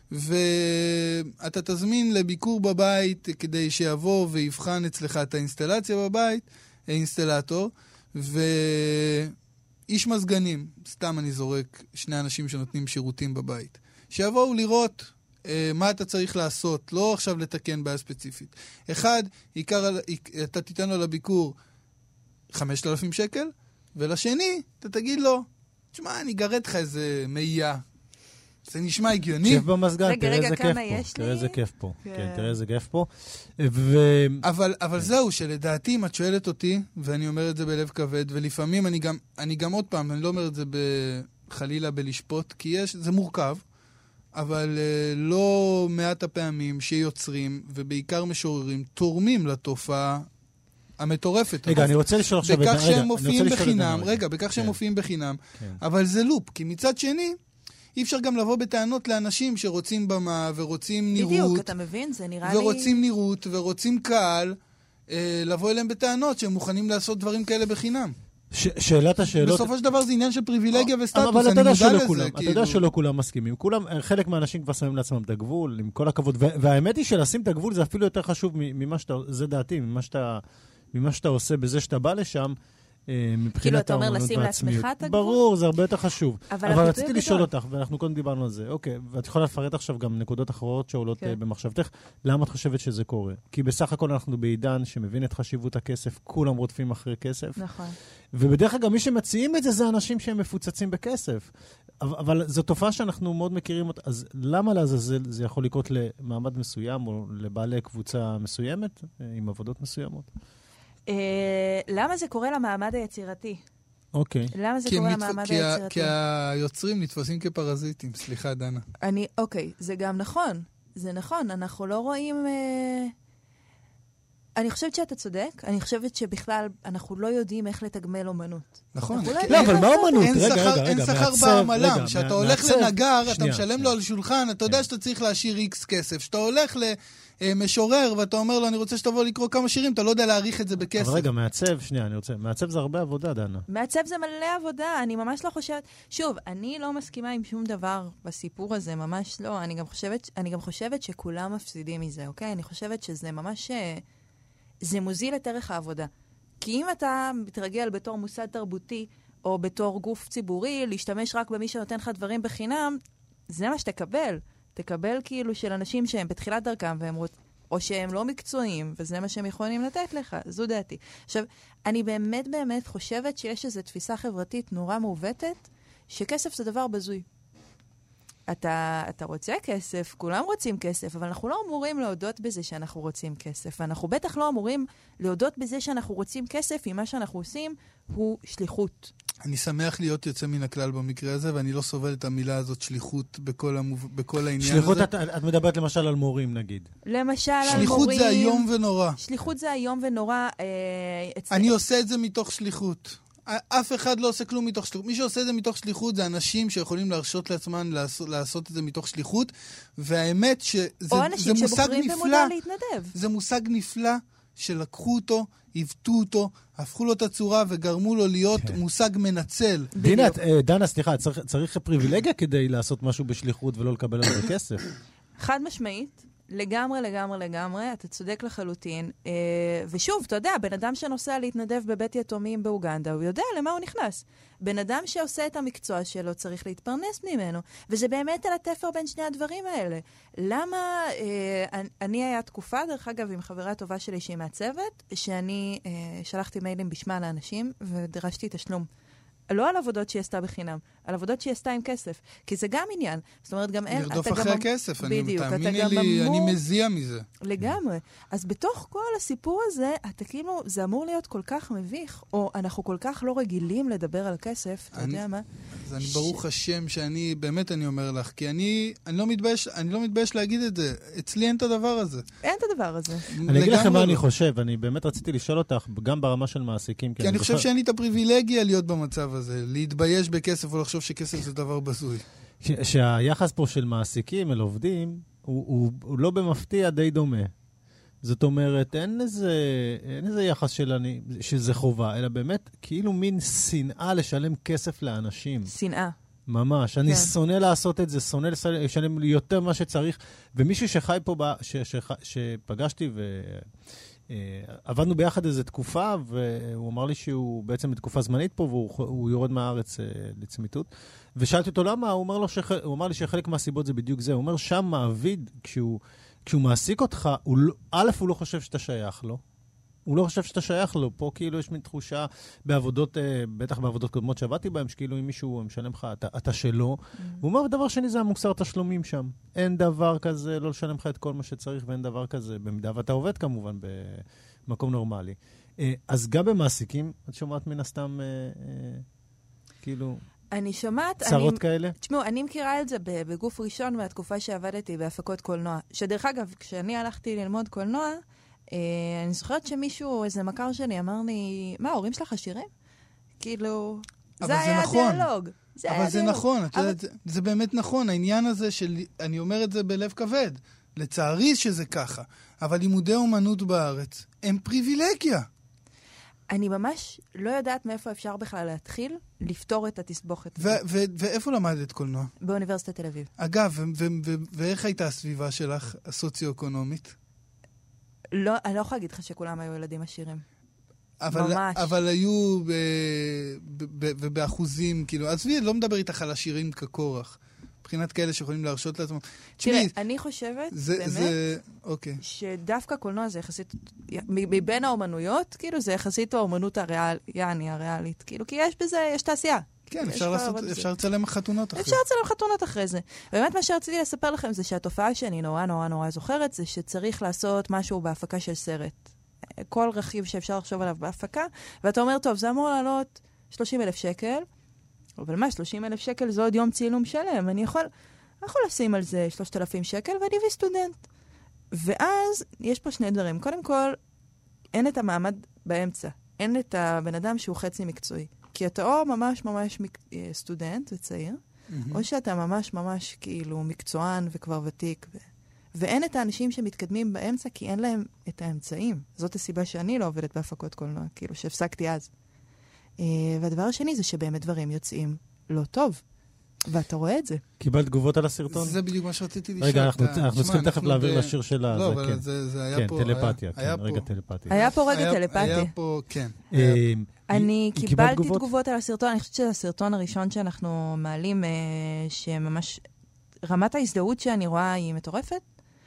ואתה תזמין לביקור בבית כדי שיבוא ויבחן אצלך את האינסטלציה בבית, האינסטלטור, ואיש מזגנים, סתם אני זורק שני אנשים שנותנים שירותים בבית, שיבואו לראות אה, מה אתה צריך לעשות, לא עכשיו לתקן בעיה ספציפית. אחד, עיקר, אתה תיתן לו לביקור חמשת אלפים שקל, ולשני, אתה תגיד לו, תשמע, אני אגרד לך איזה מאייה. זה נשמע הגיוני. שב במסגן, תראה איזה כיף פה. תראה איזה כיף פה. כן, תראה איזה כיף פה. אבל זהו, שלדעתי, אם את שואלת אותי, ואני אומר את זה בלב כבד, ולפעמים אני גם עוד פעם, אני לא אומר את זה חלילה בלשפוט, כי זה מורכב, אבל לא מעט הפעמים שיוצרים, ובעיקר משוררים, תורמים לתופעה המטורפת. רגע, אני רוצה לשאול עכשיו... בכך שהם מופיעים בחינם, רגע, בכך שהם מופיעים בחינם, אבל זה לופ, כי מצד שני, אי אפשר גם לבוא בטענות לאנשים שרוצים במה ורוצים נראות. בדיוק, אתה מבין? זה נראה לי... ורוצים נראות ורוצים קהל, אה, לבוא אליהם בטענות שהם מוכנים לעשות דברים כאלה בחינם. ש- שאלת השאלות... בסופו של דבר זה עניין של פריבילגיה או, וסטטוס, אבל אני אתה מודע לזה. כולם, כאילו... אתה יודע שלא כולם מסכימים. כולם, חלק מהאנשים כבר שמים לעצמם את הגבול, עם כל הכבוד. והאמת היא שלשים את הגבול זה אפילו יותר חשוב ממה שאתה... זה דעתי, ממה שאתה, ממה שאתה עושה בזה שאתה בא לשם. כאילו אתה אומר לשים לעצמך את הגבול? ברור, זה הרבה יותר חשוב. אבל רציתי לשאול אותך, ואנחנו קודם דיברנו על זה. אוקיי, ואת יכולה לפרט עכשיו גם נקודות אחרות שעולות במחשבתך. למה את חושבת שזה קורה? כי בסך הכל אנחנו בעידן שמבין את חשיבות הכסף, כולם רודפים אחרי כסף. נכון. ובדרך כלל מי שמציעים את זה, זה אנשים שהם מפוצצים בכסף. אבל זו תופעה שאנחנו מאוד מכירים אותה. אז למה לעזאזל זה יכול לקרות למעמד מסוים או לבעלי קבוצה מסוימת, עם עבודות מסוימות? למה זה קורה למעמד היצירתי? אוקיי. למה זה קורה למעמד היצירתי? כי היוצרים נתפסים כפרזיטים. סליחה, דנה. אני, אוקיי, זה גם נכון. זה נכון, אנחנו לא רואים... אני חושבת שאתה צודק. אני חושבת שבכלל אנחנו לא יודעים איך לתגמל אומנות. נכון. לא, אבל מה אומנות? אין שכר בעמלם. כשאתה הולך לנגר, אתה משלם לו על שולחן, אתה יודע שאתה צריך להשאיר איקס כסף. כשאתה הולך ל... משורר, ואתה אומר לו, אני רוצה שתבוא לקרוא כמה שירים, אתה לא יודע להעריך את זה בכסף. אבל רגע, מעצב, שנייה, אני רוצה, מעצב זה הרבה עבודה, דנה. מעצב זה מלא עבודה, אני ממש לא חושבת, שוב, אני לא מסכימה עם שום דבר בסיפור הזה, ממש לא, אני גם חושבת, אני גם חושבת שכולם מפסידים מזה, אוקיי? אני חושבת שזה ממש, זה מוזיל את ערך העבודה. כי אם אתה מתרגל בתור מוסד תרבותי, או בתור גוף ציבורי, להשתמש רק במי שנותן לך דברים בחינם, זה מה שתקבל. תקבל כאילו של אנשים שהם בתחילת דרכם, והם רוצ... או שהם לא מקצועיים, וזה מה שהם יכולים לתת לך. זו דעתי. עכשיו, אני באמת באמת חושבת שיש איזו תפיסה חברתית נורא מעוותת, שכסף זה דבר בזוי. אתה, אתה רוצה כסף, כולם רוצים כסף, אבל אנחנו לא אמורים להודות בזה שאנחנו רוצים כסף. ואנחנו בטח לא אמורים להודות בזה שאנחנו רוצים כסף, אם מה שאנחנו עושים הוא שליחות. אני שמח להיות יוצא מן הכלל במקרה הזה, ואני לא סובל את המילה הזאת שליחות בכל, המוב... בכל העניין שליחות הזה. שליחות, את, את מדברת למשל על מורים, נגיד. למשל על שליחות מורים. שליחות זה היום ונורא. שליחות זה היום ונורא. אה, אצל... אני עושה את זה מתוך שליחות. אף אחד לא עושה כלום מתוך שליחות. מי שעושה את זה מתוך שליחות זה אנשים שיכולים להרשות לעצמם לעשות, לעשות את זה מתוך שליחות, והאמת שזה זה מושג נפלא. להתנדב. זה מושג נפלא שלקחו אותו, עיוותו אותו, הפכו לו את הצורה וגרמו לו להיות מושג מנצל. דינה, דנה, סליחה, צריך, צריך פריבילגיה כדי לעשות משהו בשליחות ולא לקבל על זה כסף. חד משמעית, לגמרי, לגמרי, לגמרי, אתה צודק לחלוטין. אה, ושוב, אתה יודע, בן אדם שנוסע להתנדב בבית יתומים באוגנדה, הוא יודע למה הוא נכנס. בן אדם שעושה את המקצוע שלו צריך להתפרנס ממנו. וזה באמת על התפר בין שני הדברים האלה. למה, אה, אני היה תקופה, דרך אגב, עם חברה טובה שלי שהיא מהצוות, שאני אה, שלחתי מיילים בשמה לאנשים ודרשתי תשלום. לא על עבודות שהיא עשתה בחינם, על עבודות שהיא עשתה עם כסף. כי זה גם עניין. זאת אומרת, גם אין... לרדוף אחרי הכסף, בדיוק, תאמיני לי, אני מזיע מזה. לגמרי. אז בתוך כל הסיפור הזה, אתה כאילו, זה אמור להיות כל כך מביך, או אנחנו כל כך לא רגילים לדבר על כסף, אתה יודע מה? אז אני ברוך השם שאני, באמת אני אומר לך, כי אני לא מתבייש, אני לא מתבייש להגיד את זה. אצלי אין את הדבר הזה. אין את הדבר הזה. אני אגיד לכם מה אני חושב, אני באמת רציתי לשאול אותך, גם ברמה של מעסיקים. כי אני חושב שאין לי את הפריבילגיה להיות במצב הזה, להתבייש בכסף או לחשוב שכסף זה דבר בזוי. שהיחס פה של מעסיקים אל עובדים, הוא, הוא, הוא לא במפתיע די דומה. זאת אומרת, אין איזה, אין איזה יחס של אני, שזה חובה, אלא באמת כאילו מין שנאה לשלם כסף לאנשים. שנאה. ממש. אני שונא לעשות את זה, שונא לשלם יותר מה שצריך. ומישהו שחי פה, ש, ש, שפגשתי ו... עבדנו ביחד איזו תקופה, והוא אמר לי שהוא בעצם בתקופה זמנית פה, והוא יורד מהארץ לצמיתות. ושאלתי אותו למה, הוא אמר, לו שח... הוא אמר לי שחלק מהסיבות זה בדיוק זה. הוא אומר, שם מעביד, כשהוא, כשהוא מעסיק אותך, הוא... א', הוא לא חושב שאתה שייך לו. הוא לא חושב שאתה שייך לו. פה כאילו יש מין תחושה בעבודות, בטח בעבודות קודמות שעבדתי בהם, שכאילו אם מישהו משלם לך, אתה, אתה שלו. Mm-hmm. הוא אומר, דבר שני זה המוסר תשלומים שם. אין דבר כזה, לא לשלם לך את כל מה שצריך, ואין דבר כזה, במידה ואתה עובד כמובן במקום נורמלי. אז גם במעסיקים, את שומעת מן הסתם, כאילו... אני שומעת... צרות כאלה? תשמעו, אני מכירה את זה בגוף ראשון מהתקופה שעבדתי בהפקות קולנוע. שדרך אגב, כשאני הלכתי ללמוד קולנוע, אני זוכרת שמישהו, איזה מכר שלי, אמר לי, מה, ההורים שלך עשירים? כאילו, זה היה הדיאלוג. אבל זה נכון, זה באמת נכון, העניין הזה של, אני אומר את זה בלב כבד, לצערי שזה ככה, אבל לימודי אומנות בארץ הם פריבילגיה. אני ממש לא יודעת מאיפה אפשר בכלל להתחיל לפתור את התסבוכת. ואיפה למדת קולנוע? באוניברסיטת תל אביב. אגב, ואיך הייתה הסביבה שלך, הסוציו-אקונומית? לא, אני לא יכולה להגיד לך שכולם היו ילדים עשירים. אבל, ממש. אבל היו ב, ב, ב, ב, באחוזים, כאילו, עזבי, לא מדבר איתך על עשירים כקורח. מבחינת כאלה שיכולים להרשות לעצמם. תראה, אני חושבת, זה, באמת, זה, אוקיי. שדווקא קולנוע זה יחסית, מבין האומנויות, כאילו, זה יחסית האומנות הריאל, יעני, הריאלית. כאילו, כי יש בזה, יש תעשייה. כן, אפשר, לעשות, אפשר לצלם חתונות אחרי. אפשר לצלם חתונות אחרי זה. באמת מה שרציתי לספר לכם זה שהתופעה שאני נורא נורא נורא זוכרת, זה שצריך לעשות משהו בהפקה של סרט. כל רכיב שאפשר לחשוב עליו בהפקה, ואתה אומר, טוב, זה אמור לעלות שלושים אלף שקל, אבל מה, שלושים אלף שקל זה עוד יום צילום שלם, אני יכול, אני יכול לשים על זה שלושת אלפים שקל, ואני אביא סטודנט. ואז יש פה שני דברים. קודם כל, אין את המעמד באמצע. אין את הבן אדם שהוא חצי מקצועי. כי אתה או ממש ממש מק... סטודנט וצעיר, mm-hmm. או שאתה ממש ממש כאילו מקצוען וכבר ותיק. ו... ואין את האנשים שמתקדמים באמצע, כי אין להם את האמצעים. זאת הסיבה שאני לא עובדת בהפקות קולנוע, כאילו שהפסקתי אז. Uh, והדבר השני זה שבאמת דברים יוצאים לא טוב. ואתה רואה את זה. קיבלת תגובות על הסרטון? זה בדיוק מה שרציתי לשאול. רגע, אנחנו צריכים תכף להעביר לשיר שלה. לא, אבל זה היה פה... כן, טלפתיה, רגע טלפתיה. היה פה רגע טלפתיה. היה פה, כן. אני קיבלתי תגובות על הסרטון, אני חושבת שזה הסרטון הראשון שאנחנו מעלים, שממש רמת ההזדהות שאני רואה היא מטורפת,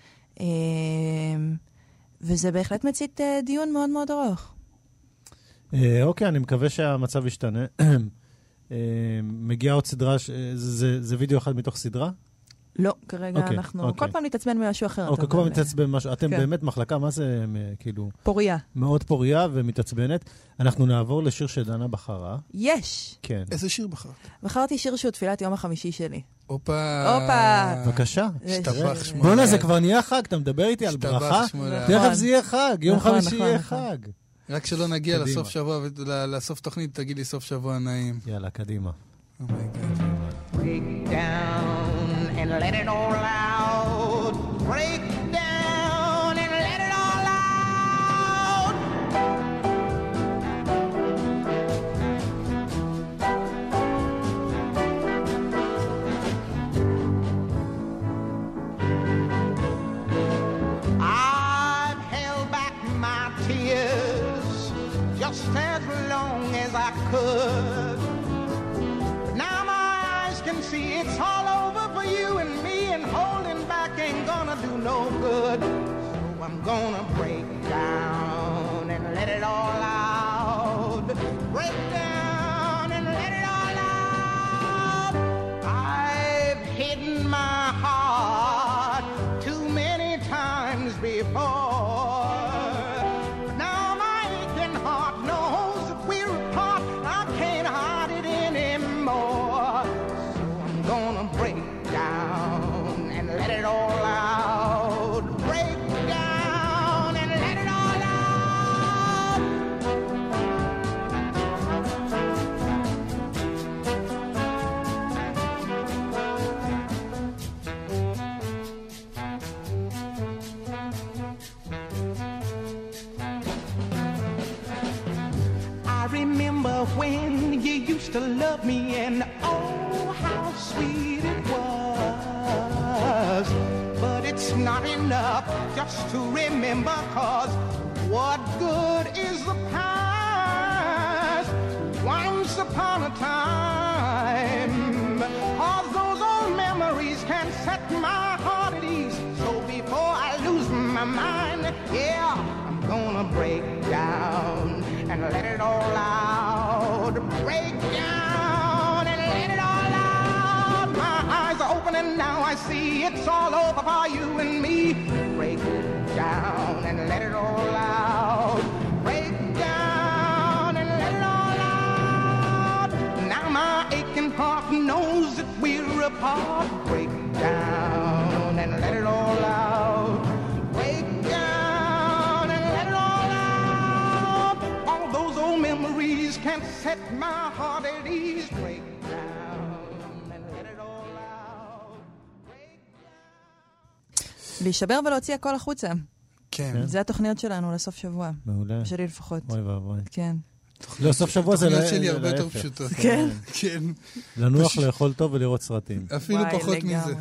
וזה בהחלט מצית דיון מאוד מאוד ארוך. אוקיי, אני מקווה שהמצב ישתנה. מגיעה עוד סדרה, זה וידאו אחד מתוך סדרה? לא, כרגע אנחנו כל פעם נתעצבן במשהו אחר. אוקיי, כל פעם נתעצבן במשהו. אתם באמת מחלקה, מה זה כאילו? פוריה. מאוד פוריה ומתעצבנת. אנחנו נעבור לשיר שדנה בחרה. יש. כן. איזה שיר בחרת? בחרתי שיר שהוא תפילת יום החמישי שלי. אופה. אופה. בבקשה. שטבח שמונה. בוא'נה, זה כבר נהיה חג, אתה מדבר איתי על ברכה? תכף זה יהיה חג, יום חמישי יהיה חג. רק שלא נגיע לסוף שבוע, לסוף תוכנית, תגיד לי סוף שבוע נעים. יאללה, קדימה. Oh my God. Break down and let it all out. Break down and let it all out. see it's all over for you and me, and holding back ain't gonna do no good. So I'm gonna break down and let it all out. Break down and let it all out. I've hidden my heart too many times before. But now my aching heart knows that we're apart. I can't hide it anymore. So I'm gonna break down and let it all out. Break down and let it all out. I remember when you used to love me, and oh, how sweet it was. But it's not enough just to remember, 'cause what good is the past? Once upon a time, all those old memories can set my heart at ease. So before I lose my mind, yeah, I'm gonna break down and let it all out. Break down and let it all out. My eyes are open and now I see it's all over for you and me. Break down and let it all out. Break down and let it all out. Now my aching heart knows that we're apart. Break down and let it all out. Break down and let it all out. All those old memories can't set my heart at ease. Break down and let it all out. Break down. להישבר ולהוציא הכל החוצה. כן. זה התוכניות שלנו לסוף שבוע. מעולה. שלי לפחות. אוי ואבוי. כן. לא, סוף שבוע זה התוכניות להפך. שלי הרבה יותר פשוטות. כן. כן. לנוח, לאכול טוב ולראות סרטים. אפילו וואי, פחות לגמרי. מזה.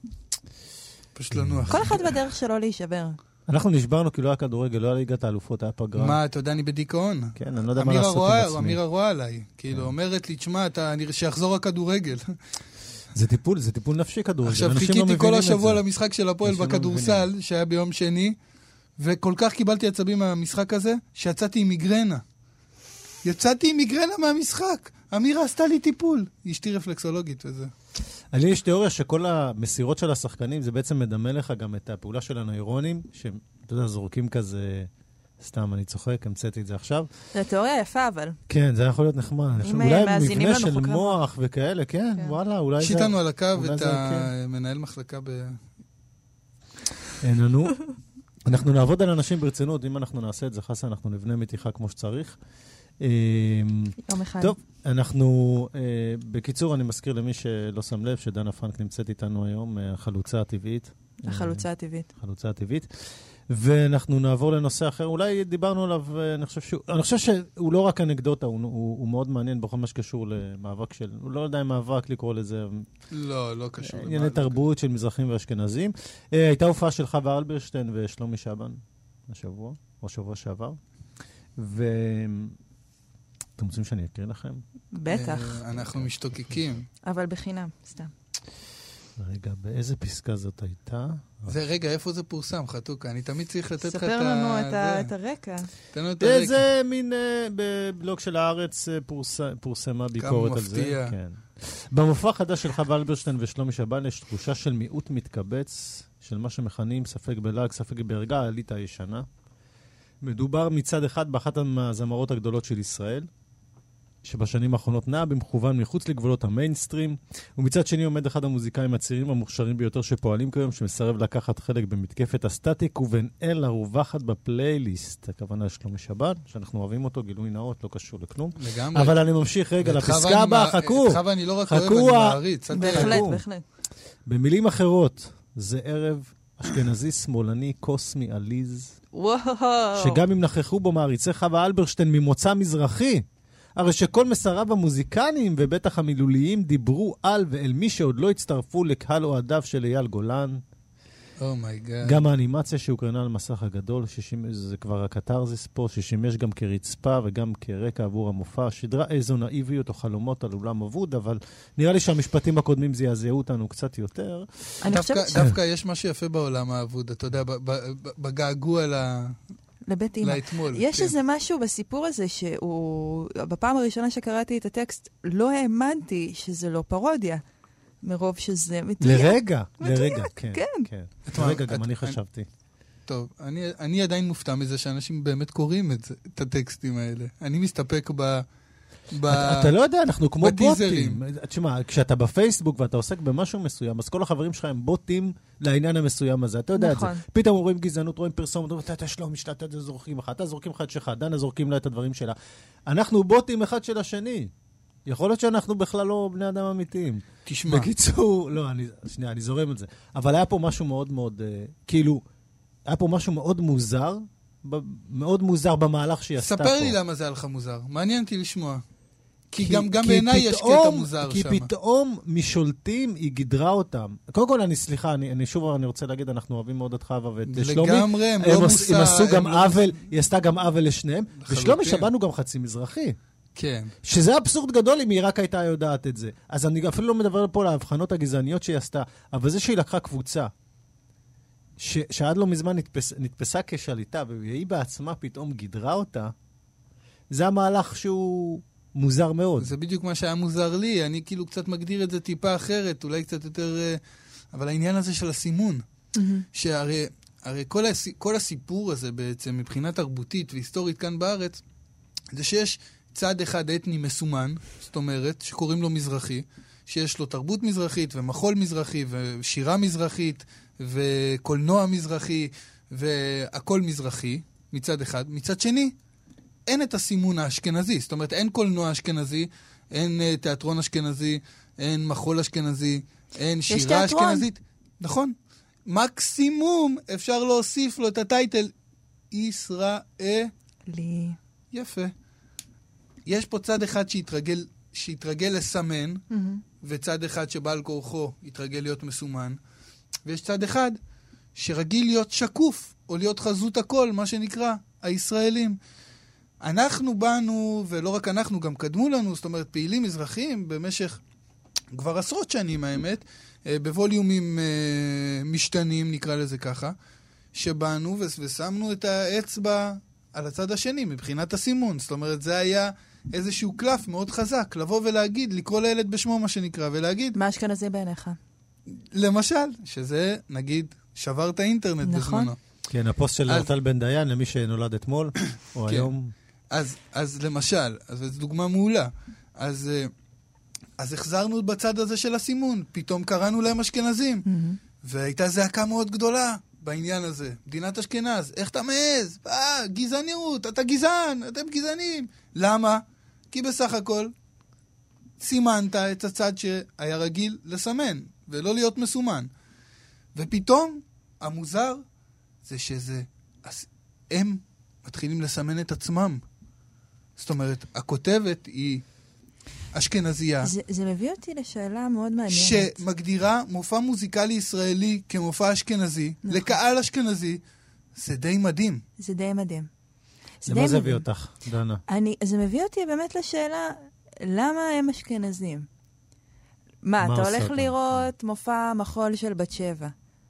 פשוט לנוח. כל אחד בדרך שלו להישבר. אנחנו נשברנו כי לא היה כדורגל, לא היה ליגת האלופות, היה פגרה. מה, אתה יודע, אני בדיכאון. כן, אני לא יודע מה אמירה לעשות עם רואה, עצמי. אמירה רואה עליי. כאילו, אומרת לי, תשמע, אתה- אני- שיחזור הכדורגל. זה טיפול, זה טיפול נפשי כדורגל. עכשיו, אנשים לא חיכיתי כל מבינים את השבוע זה. למשחק של הפועל אנשים לא בכדורסל, שהיה ביום שני, וכל כך קיבלתי עצבים מהמשחק הזה, שיצאתי עם מיגרנה. יצאתי עם מיגרנה מהמשחק. אמירה עשתה לי טיפול. אשתי רפלקסולוגית וזה. לי יש תיאוריה שכל המסירות של השחקנים, זה בעצם מדמה לך גם את הפעולה של הנוירונים, שהם, אתה יודע, זורקים כזה, סתם, אני צוחק, המצאתי את זה עכשיו. זו תיאוריה יפה, אבל. כן, זה יכול להיות נחמד. אם אולי מאזינים מבנה לנו של חוקרי מוח וכאלה, כן, כן. וואלה, אולי יש זה... איתנו על הקו אולי את זה, המנהל מחלקה ב... אין לנו. אנחנו נעבוד על אנשים ברצינות, אם אנחנו נעשה את זה, חסה, אנחנו נבנה מתיחה כמו שצריך. יום אחד. טוב, אנחנו, בקיצור, אני מזכיר למי שלא שם לב, שדנה פרנק נמצאת איתנו היום, החלוצה הטבעית. החלוצה הטבעית. החלוצה הטבעית. ואנחנו נעבור לנושא אחר. אולי דיברנו עליו, אני חושב שהוא, אני חושב שהוא לא רק אנקדוטה, הוא, הוא, הוא מאוד מעניין בכל מה שקשור למאבק של, הוא לא יודע אם מאבק לקרוא לזה. לא, לא קשור. ענייני תרבות של מזרחים ואשכנזים. הייתה הופעה של חווה אלברשטיין ושלומי שבן השבוע, או שבוע שעבר. ו... אתם רוצים שאני אקריא לכם? בטח. אנחנו משתוקקים. אבל בחינם, סתם. רגע, באיזה פסקה זאת הייתה? זה רגע, איפה זה פורסם, חתוקה? אני תמיד צריך לתת לך את ה... ספר לנו את הרקע. תן לנו את הרקע. זה מין, בבלוג של הארץ פורסמה ביקורת על זה. כמה מפתיע. כן. במופע חדש של חווה אלברשטיין ושלומי שבן יש תחושה של מיעוט מתקבץ, של מה שמכנים ספק בלעג, ספק בהרגע, העלית הישנה. מדובר מצד אחד באחת מהזמרות הגדולות של ישראל, שבשנים האחרונות נעה במכוון מחוץ לגבולות המיינסטרים, ומצד שני עומד אחד המוזיקאים הצעירים המוכשרים ביותר שפועלים כיום, שמסרב לקחת חלק במתקפת הסטטיק, ובין אל הרווחת בפלייליסט. הכוונה שלומי שבן, שאנחנו אוהבים אותו, גילוי נאות, לא קשור לכלום. לגמרי. אבל אני ממשיך רגע לפסקה הבאה, חכו. את חווה אני לא רק אוהב, אני מעריץ. בהחלט, בהחלט. במילים אחרות, זה ערב אשכנזי שמאלני קוסמי עליז, וואו. שגם אם נכחו בו מעריצי חווה אלברשטיין ממוצא מזרחי, הרי שכל מסריו המוזיקליים ובטח המילוליים דיברו על ואל מי שעוד לא הצטרפו לקהל אוהדיו של אייל גולן. אומייגאד. גם האנימציה שהוקרנה על מסך הגדול, ששימש, זה כבר הקטרזיס פה, ששימש גם כרצפה וגם כרקע עבור המופע. שדרה איזו נאיביות או חלומות על אולם אבוד, אבל נראה לי שהמשפטים הקודמים זעזעו אותנו קצת יותר. דווקא יש משהו יפה בעולם האבוד, אתה יודע, בגעגוע ל... לבית אימא. לאתמול. יש כן. איזה משהו בסיפור הזה שהוא, בפעם הראשונה שקראתי את הטקסט, לא האמנתי שזה לא פרודיה. מרוב שזה מתויק. לרגע, מתויק, לרגע, כן. כן. כן. לרגע, גם אני חשבתי. טוב, אני, אני עדיין מופתע מזה שאנשים באמת קוראים את, את הטקסטים האלה. אני מסתפק ב... ב... אתה לא יודע, אנחנו כמו בטיזרים. בוטים. תשמע, כשאתה בפייסבוק ואתה עוסק במשהו מסוים, אז כל החברים שלך הם בוטים לעניין המסוים הזה. אתה יודע נכון. את זה. פתאום רואים גזענות, רואים פרסום, אתה אתה שלום, משתת את זה, זורקים לך, אתה זורקים אחד שלך, דנה זורקים לה את הדברים שלה. אנחנו בוטים אחד של השני. יכול להיות שאנחנו בכלל לא בני אדם אמיתיים. תשמע. בקיצור, לא, אני, שנייה, אני זורם את זה. אבל היה פה משהו מאוד מאוד, uh, כאילו, היה פה משהו מאוד מוזר, ב, מאוד מוזר במהלך שהיא עשתה פה. ספר לי למה זה היה לך מוזר. מעניין אותי לשמוע. כי, כי גם, גם כי בעיניי יש קטע מוזר כי שם. כי פתאום משולטים, היא גידרה אותם. קודם כל, אני סליחה, אני, אני שוב אני רוצה להגיד, אנחנו אוהבים מאוד את חווה ואת שלומי. לגמרי, הם לא מוסר. הם עשו גם לא עוול, מוס... היא עשתה גם עוול לשניהם. ושלומי שבנו גם חצי מזרחי. כן. שזה אבסורד גדול אם היא רק הייתה יודעת את זה. אז אני אפילו לא מדבר פה על ההבחנות הגזעניות שהיא עשתה, אבל זה שהיא לקחה קבוצה, ש, שעד לא מזמן נתפס, נתפסה כשליטה, והיא בעצמה פתאום גידרה אותה, זה המהלך שהוא מוזר מאוד. זה בדיוק מה שהיה מוזר לי, אני כאילו קצת מגדיר את זה טיפה אחרת, אולי קצת יותר... אבל העניין הזה של הסימון, mm-hmm. שהרי הרי כל, הס, כל הסיפור הזה בעצם, מבחינה תרבותית והיסטורית כאן בארץ, זה שיש... צד אחד אתני מסומן, זאת אומרת, שקוראים לו מזרחי, שיש לו תרבות מזרחית ומחול מזרחי ושירה מזרחית וקולנוע מזרחי והכל מזרחי, מצד אחד. מצד שני, אין את הסימון האשכנזי, זאת אומרת, אין קולנוע אשכנזי, אין uh, תיאטרון אשכנזי, אין מחול אשכנזי, אין שירה אשכנזית. נכון. מקסימום אפשר להוסיף לו את הטייטל ישראל. לי. יפה. יש פה צד אחד שהתרגל, שהתרגל לסמן, mm-hmm. וצד אחד שבעל כורחו התרגל להיות מסומן, ויש צד אחד שרגיל להיות שקוף, או להיות חזות הכל, מה שנקרא, הישראלים. אנחנו באנו, ולא רק אנחנו, גם קדמו לנו, זאת אומרת, פעילים מזרחיים במשך כבר עשרות שנים, האמת, בווליומים משתנים, נקרא לזה ככה, שבאנו ושמנו את האצבע על הצד השני, מבחינת הסימון. זאת אומרת, זה היה איזשהו קלף מאוד חזק, לבוא ולהגיד, לקרוא לילד בשמו מה שנקרא, ולהגיד... מה אשכנזי בעיניך? למשל, שזה, נגיד, שבר את האינטרנט נכון. בזמנו. כן, הפוסט של ארטל בן דיין, למי שנולד אתמול, או כן. היום... אז, אז למשל, אז זו דוגמה מעולה. אז, אז החזרנו בצד הזה של הסימון, פתאום קראנו להם אשכנזים, mm-hmm. והייתה זעקה מאוד גדולה בעניין הזה. מדינת אשכנז, איך אתה מעז? אה, גזענות, אתה גזען, אתם גזענים. למה? כי בסך הכל סימנת את הצד שהיה רגיל לסמן, ולא להיות מסומן. ופתאום, המוזר זה שזה, הם מתחילים לסמן את עצמם. זאת אומרת, הכותבת היא אשכנזייה. זה, זה מביא אותי לשאלה מאוד מעניינת. שמגדירה מופע מוזיקלי ישראלי כמופע אשכנזי, נכון. לקהל אשכנזי, זה די מדהים. זה די מדהים. זה למה זה הביא אותך, דנה? אני, זה מביא אותי באמת לשאלה, למה הם אשכנזים? מה, מה אתה הולך אותם? לראות מופע מחול של בת שבע.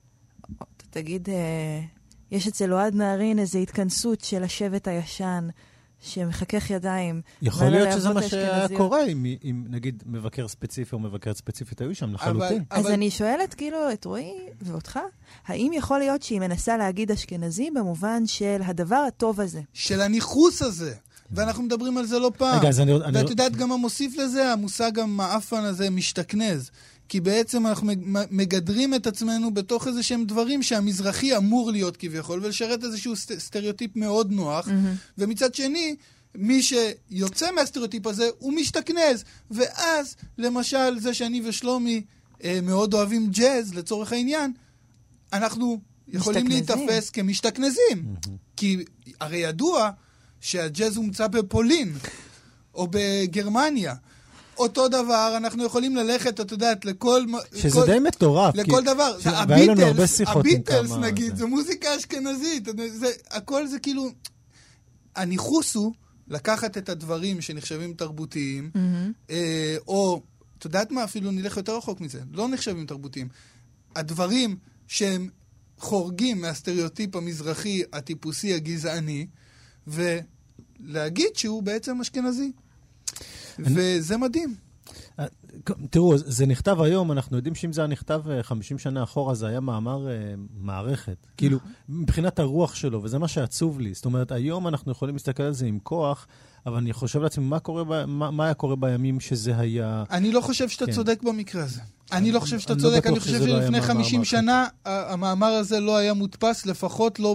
אתה תגיד, אה, יש אצל אוהד נהרין איזו התכנסות של השבט הישן, שמחכך ידיים. יכול להיות שזה מה שהיה קורה, אם, אם נגיד מבקר ספציפי או מבקרת ספציפית היו שם לחלוטין. אז אבל... אני שואלת כאילו את רועי ואותך, האם יכול להיות שהיא מנסה להגיד אשכנזי במובן של הדבר הטוב הזה? של הניחוס הזה. ואנחנו מדברים על זה לא פעם. רגע, אז אני... ואת אני... יודעת גם המוסיף לזה, המושג המאפן הזה משתכנז. כי בעצם אנחנו מגדרים את עצמנו בתוך איזה שהם דברים שהמזרחי אמור להיות כביכול, ולשרת איזשהו סט, סטריאוטיפ מאוד נוח, mm-hmm. ומצד שני, מי שיוצא מהסטריאוטיפ הזה, הוא משתכנז. ואז, למשל, זה שאני ושלומי אה, מאוד אוהבים ג'אז, לצורך העניין, אנחנו יכולים להתאפס כמשתכנזים. Mm-hmm. כי הרי ידוע שהג'אז הומצא בפולין, או בגרמניה, אותו דבר, אנחנו יכולים ללכת, אתה יודעת, לכל... שזה די מטורף. לכל דבר. הביטלס, הביטלס נגיד, זו מוזיקה אשכנזית. הכל זה כאילו... הניחוס הוא לקחת את הדברים שנחשבים תרבותיים, או, אתה יודעת מה, אפילו נלך יותר רחוק מזה, לא נחשבים תרבותיים. הדברים שהם חורגים מהסטריאוטיפ המזרחי, הטיפוסי, הגזעני, ולהגיד שהוא בעצם אשכנזי. וזה מדהים. תראו, זה נכתב היום, אנחנו יודעים שאם זה היה נכתב חמישים שנה אחורה, זה היה מאמר מערכת. כאילו, מבחינת הרוח שלו, וזה מה שעצוב לי. זאת אומרת, היום אנחנו יכולים להסתכל על זה עם כוח, אבל אני חושב לעצמי, מה קורה, מה היה קורה בימים שזה היה... אני לא חושב שאתה צודק במקרה הזה. אני לא חושב שאתה צודק, אני חושב שלפני חמישים שנה, המאמר הזה לא היה מודפס, לפחות לא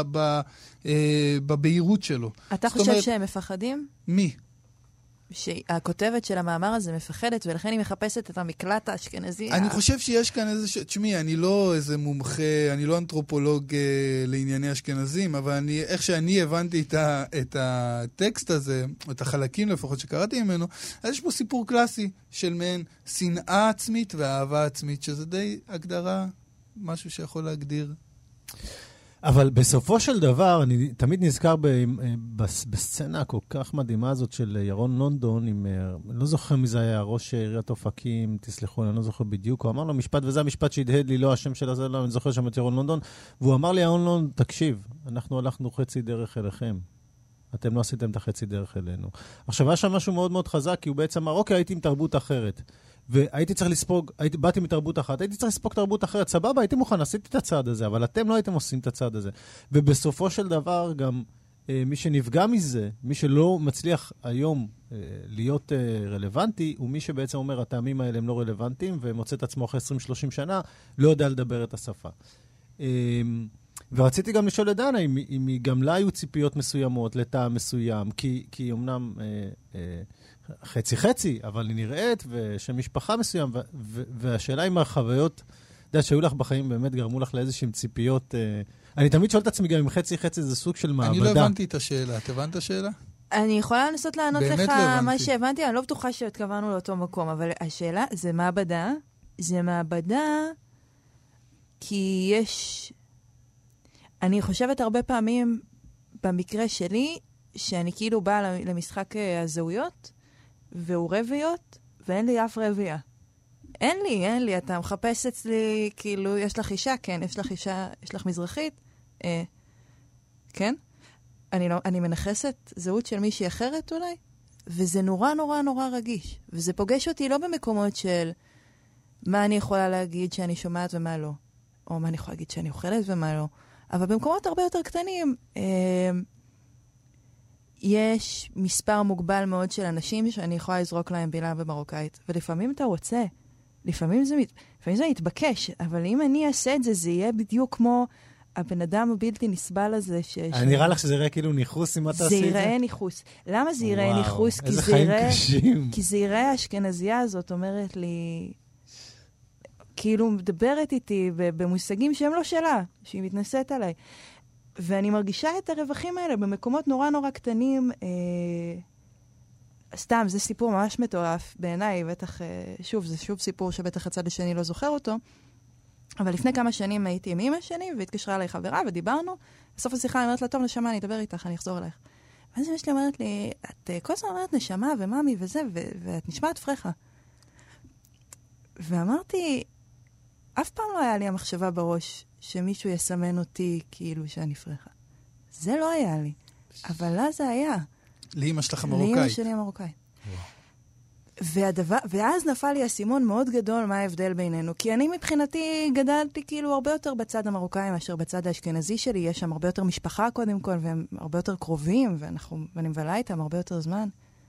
בבהירות שלו. אתה חושב שהם מפחדים? מי? שהכותבת של המאמר הזה מפחדת, ולכן היא מחפשת את המקלט האשכנזי. אני חושב שיש כאן איזה... תשמעי, אני לא איזה מומחה, אני לא אנתרופולוג לענייני אשכנזים, אבל אני, איך שאני הבנתי את, ה, את הטקסט הזה, את החלקים לפחות שקראתי ממנו, אז יש פה סיפור קלאסי של מעין שנאה עצמית ואהבה עצמית, שזה די הגדרה, משהו שיכול להגדיר. אבל בסופו של דבר, אני תמיד נזכר בסצנה הכל כך מדהימה הזאת של ירון לונדון, עם, אני לא זוכר מי זה היה, ראש עיריית אופקים, תסלחו, אני לא זוכר בדיוק, הוא אמר לו משפט, וזה המשפט שהדהד לי, לא השם של הזה, לא, אני זוכר שם את ירון לונדון, והוא אמר לי, ירון לונדון, תקשיב, אנחנו הלכנו חצי דרך אליכם. אתם לא עשיתם את החצי דרך אלינו. עכשיו, היה שם משהו מאוד מאוד חזק, כי הוא בעצם אמר, אוקיי, הייתי עם תרבות אחרת. והייתי צריך לספוג, הייתי, באתי מתרבות אחת, הייתי צריך לספוג תרבות אחרת, סבבה, הייתי מוכן, עשיתי את הצעד הזה, אבל אתם לא הייתם עושים את הצעד הזה. ובסופו של דבר גם אה, מי שנפגע מזה, מי שלא מצליח היום אה, להיות אה, רלוונטי, הוא מי שבעצם אומר, הטעמים האלה הם לא רלוונטיים, ומוצא את עצמו אחרי עשרים שלושים שנה, לא יודע לדבר את השפה. אה, ורציתי גם לשאול את דנה, אם, אם גם לה היו ציפיות מסוימות, לטעם מסוים, כי, כי אמנם... אה, אה, חצי חצי, אבל היא נראית, ושל משפחה מסוים, ו- ו- והשאלה אם החוויות, אתה יודע, שהיו לך בחיים באמת גרמו לך לאיזושהי ציפיות, אה, אני תמיד שואל את עצמי גם אם חצי חצי זה סוג של מעבדה. אני לא הבנתי את השאלה, את הבנת את השאלה? אני יכולה לנסות לענות לך לא מה שהבנתי, אני לא בטוחה שהתכוונו לאותו מקום, אבל השאלה זה מעבדה, זה מעבדה כי יש, אני חושבת הרבה פעמים במקרה שלי, שאני כאילו באה למשחק הזהויות, והוא רביות, ואין לי אף רבייה. אין לי, אין לי, אתה מחפש אצלי, כאילו, יש לך אישה, כן, יש לך אישה, יש לך מזרחית, אה, כן? אני, לא, אני מנחסת זהות של מישהי אחרת אולי, וזה נורא נורא נורא רגיש. וזה פוגש אותי לא במקומות של מה אני יכולה להגיד שאני שומעת ומה לא, או מה אני יכולה להגיד שאני אוכלת ומה לא, אבל במקומות הרבה יותר קטנים, אה, יש מספר מוגבל מאוד של אנשים שאני יכולה לזרוק להם בילה במרוקאית. ולפעמים אתה רוצה, לפעמים זה, לפעמים זה מתבקש, אבל אם אני אעשה את זה, זה יהיה בדיוק כמו הבן אדם הבלתי נסבל הזה. ש... אני נראה לך שזה יראה כאילו ניחוס אם אתה עשית את זה? זה יראה ניחוס. למה זה יראה וואו, ניחוס? איזה כי חיים זה יראה, קשים. כי זה יראה האשכנזייה הזאת אומרת לי, כאילו מדברת איתי במושגים שהם לא שלה, שהיא מתנשאת עליי. ואני מרגישה את הרווחים האלה במקומות נורא נורא קטנים. אה, סתם, זה סיפור ממש מטורף בעיניי, בטח, אה, שוב, זה שוב סיפור שבטח הצד השני לא זוכר אותו. אבל לפני כמה שנים הייתי עם אמא שלי, והתקשרה אליי חברה, ודיברנו. בסוף השיחה אני אומרת לה, טוב, נשמה, אני אדבר איתך, אני אחזור אליך. ואז אמא שלי אומרת לי, את כל הזמן אומרת נשמה וממי וזה, ו- ואת נשמעת פרחה. ואמרתי, אף פעם לא היה לי המחשבה בראש שמישהו יסמן אותי כאילו שאני פרחה. זה לא היה לי. אבל לה זה היה. לאמא שלך המרוקאית. לאמא שלי המרוקאית. והדבר, ואז נפל לי הסימון מאוד גדול מה ההבדל בינינו. כי אני מבחינתי גדלתי כאילו הרבה יותר בצד המרוקאי מאשר בצד האשכנזי שלי. יש שם הרבה יותר משפחה קודם כל, והם הרבה יותר קרובים, ואנחנו, ואני מבלה איתם הרבה יותר זמן.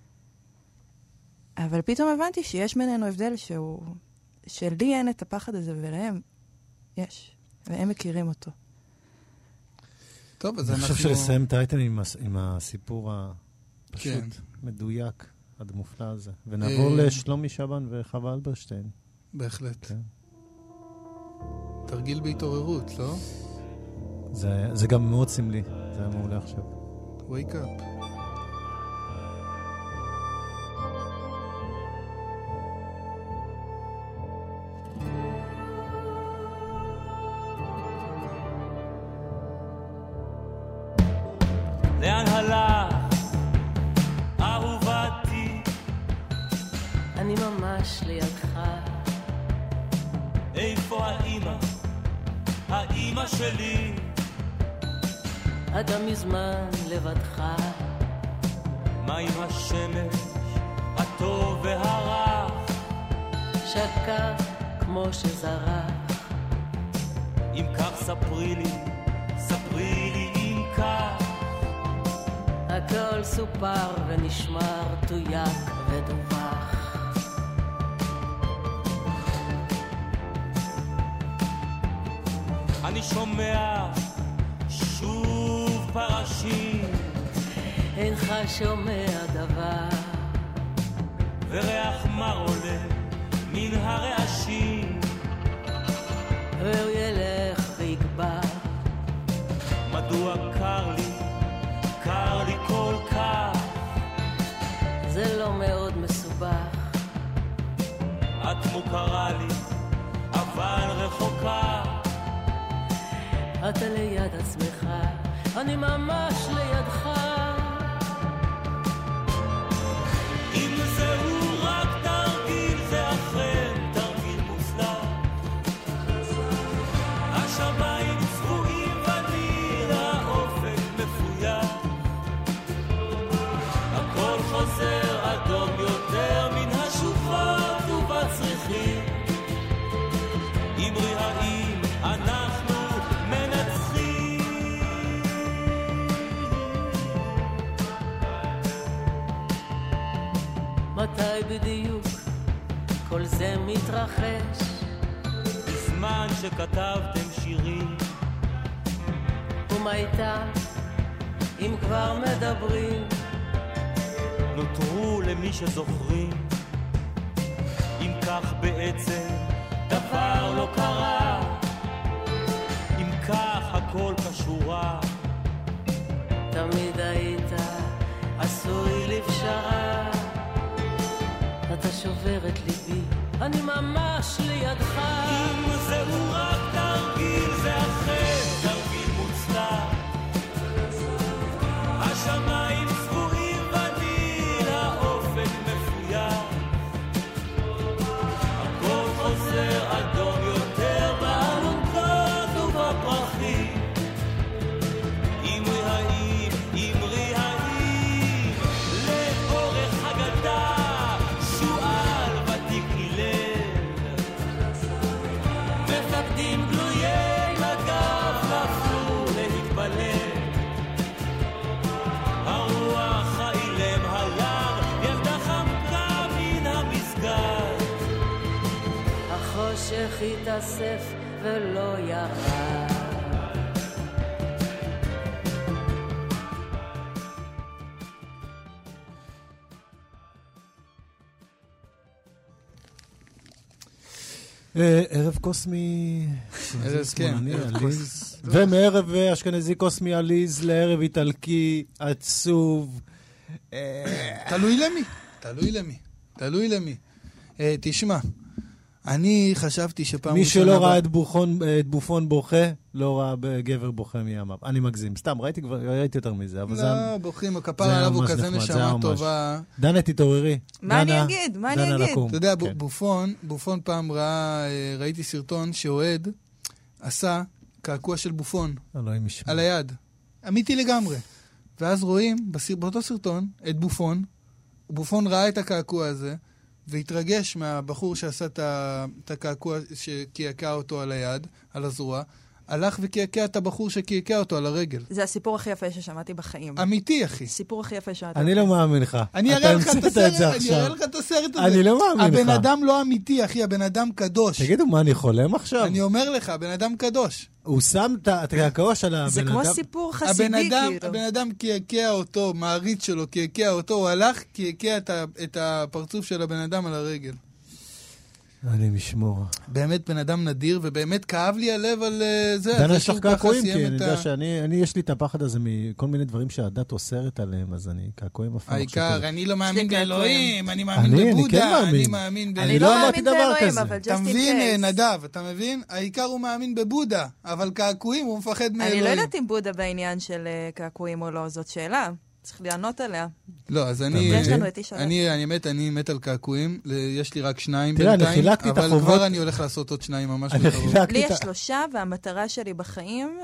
אבל פתאום הבנתי שיש בינינו הבדל שהוא, שלי אין את הפחד הזה, ולהם יש. והם מכירים אותו. טוב, אז אני אנחנו... חושב שלסיים את האייטם עם, הס... עם הסיפור הפשוט כן. מדויק, עד מופלא הזה. ונעבור לשלומי שבן וחווה אלברשטיין. בהחלט. כן. תרגיל בהתעוררות, לא? זה, זה גם מאוד סמלי. זה היה מעולה עכשיו. Wake up. לאן הלך אהובתי? אני ממש לידך. איפה האמא? האמא שלי? אדם מזמן לבדך. מה עם השמש הטוב והרך? שקע כמו שזרח. אם כך ספרי לי, ספרי לי אם כך. הכל סופר ונשמר, תויק ודווח. אני שומע שוב פרשים, אינך שומע דבר, וריח מר עולה מן הרעשים, והוא ילך ויגבר. מדוע קר לי, קר לי כל כך? זה לא מאוד מסובך. את מוכרה לי, אבל רחוקה. אתה ליד עצמך, אני ממש לידך. אם זהו רק תרגיל, זה אכן תרגיל מופלא. השמיים צבועים וניל האופק מפויח. הכל חוזר אדום יותר מן השוחות ובצריחים. אמרי האם אנחנו מנצחים? מתי בדיוק כל זה מתרחש? בזמן שכתבתם שירים. ומה איתה אם כבר מדברים? נותרו למי שזוכרים. אם כך בעצם דבר לא קרה, אם כך הכל קשורה. תמיד היית עשוי לפשרה. אתה שובר את ליבי, אני ממש לידך. אם זהו רק תרגיל, זה אכן תרגיל מוצלח. השמיים צבועים וניל האופק מפויח. הכל חוזר אדום יותר באלונקות ובפרחים. אמרי האם, אמרי האם, לאורך הגדה שואל ותיק הלל. מפקדים גלויי מגף נפלו להתפלל. הרוח האילם הלר, ילדה חמקה מן המסגד. החושך התאסף ולא ירד. ערב קוסמי, ערב, כן, ערב עליז, ומערב אשכנזי קוסמי עליז לערב איטלקי עצוב. תלוי למי, תלוי למי, תלוי למי. תשמע, אני חשבתי שפעם... מי שלא ראה את בופון בוכה, לא ראה בגבר בוכה מימיו. אני מגזים, סתם, ראיתי כבר, ראיתי יותר מזה, אבל זה... לא, בוכים, הכפר עליו הוא כזה נשמה טובה. דנה, תתעוררי. מה אני אגיד? מה אני אגיד? אתה יודע, בופון, בופון פעם ראה, ראיתי סרטון שאוהד עשה קעקוע של בופון על היד. אמיתי לגמרי. ואז רואים באותו סרטון את בופון, בופון ראה את הקעקוע הזה, והתרגש מהבחור שעשה את הקעקוע שקעקע אותו על היד, על הזרוע, הלך וקעקע את הבחור שקעקע אותו על הרגל. זה הסיפור הכי יפה ששמעתי בחיים. אמיתי, אחי. סיפור הכי יפה ששמעתי. אני לא מאמין לך. אני אראה לך את הסרט, אני אראה לך את הסרט הזה. אני לא מאמין לך. הבן אדם לא אמיתי, אחי, הבן אדם קדוש. תגידו, מה, אני חולם עכשיו? אני אומר לך, הבן אדם קדוש. הוא שם את הקעקוע של הבן אדם. זה כמו סיפור חסידי, כאילו. הבן אדם קעקע אותו, מעריץ שלו, קעקע אותו, הוא הלך, קעקע את הפרצוף של הבן אדם על הרגל. אני משמור. באמת בן אדם נדיר, ובאמת כאב לי הלב על זה. דנה, יש לך קעקועים, כי אני יודע שאני, אני, יש לי את הפחד הזה מכל מיני דברים שהדת אוסרת עליהם, אז אני קעקועים אף פעם. העיקר, אני לא מאמין באלוהים, אני מאמין בבודה, אני מאמין ב... אני לא מאמין באלוהים, אבל just in case. אתה מבין, נדב, אתה מבין? העיקר הוא מאמין בבודה, אבל קעקועים הוא מפחד מאלוהים. אני לא יודעת אם בודה בעניין של קעקועים או לא, זאת שאלה. צריך לענות עליה. לא, אז אני, אני, אני מת, אני מת על קעקועים, יש לי רק שניים בינתיים, אבל כבר אני הולך לעשות עוד שניים ממש בקרוב. לי יש שלושה, והמטרה שלי בחיים,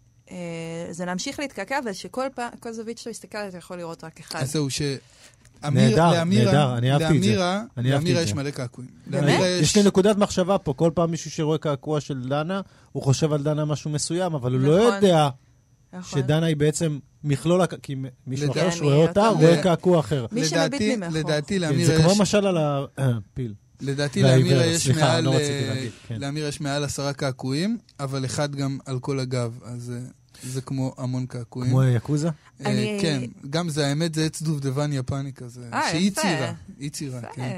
זה להמשיך להתקעקע, ושכל כל זווית שלו יסתכל, אתה יכול לראות רק אחד. אז זהו, נהדר, נהדר, אני אהבתי את זה. לאמירה יש מלא קעקועים. יש לי נקודת מחשבה פה, כל פעם מישהו שרואה קעקוע של דנה, הוא חושב על דנה משהו מסוים, אבל הוא לא יודע שדנה היא בעצם מכלול, כי מישהו אחר שרואה אותה, רואה קעקוע אחר. מי שמביט לי מאחור. לדעתי לאמירה יש... זה כמו משל על הפיל. לדעתי לאמירה יש מעל... לאמירה יש מעל עשרה קעקועים, אבל אחד גם על כל הגב, אז זה כמו המון קעקועים. כמו יקוזה? כן, גם זה, האמת זה עץ דובדבן יפני כזה. שהיא צירה. היא צירה, כן.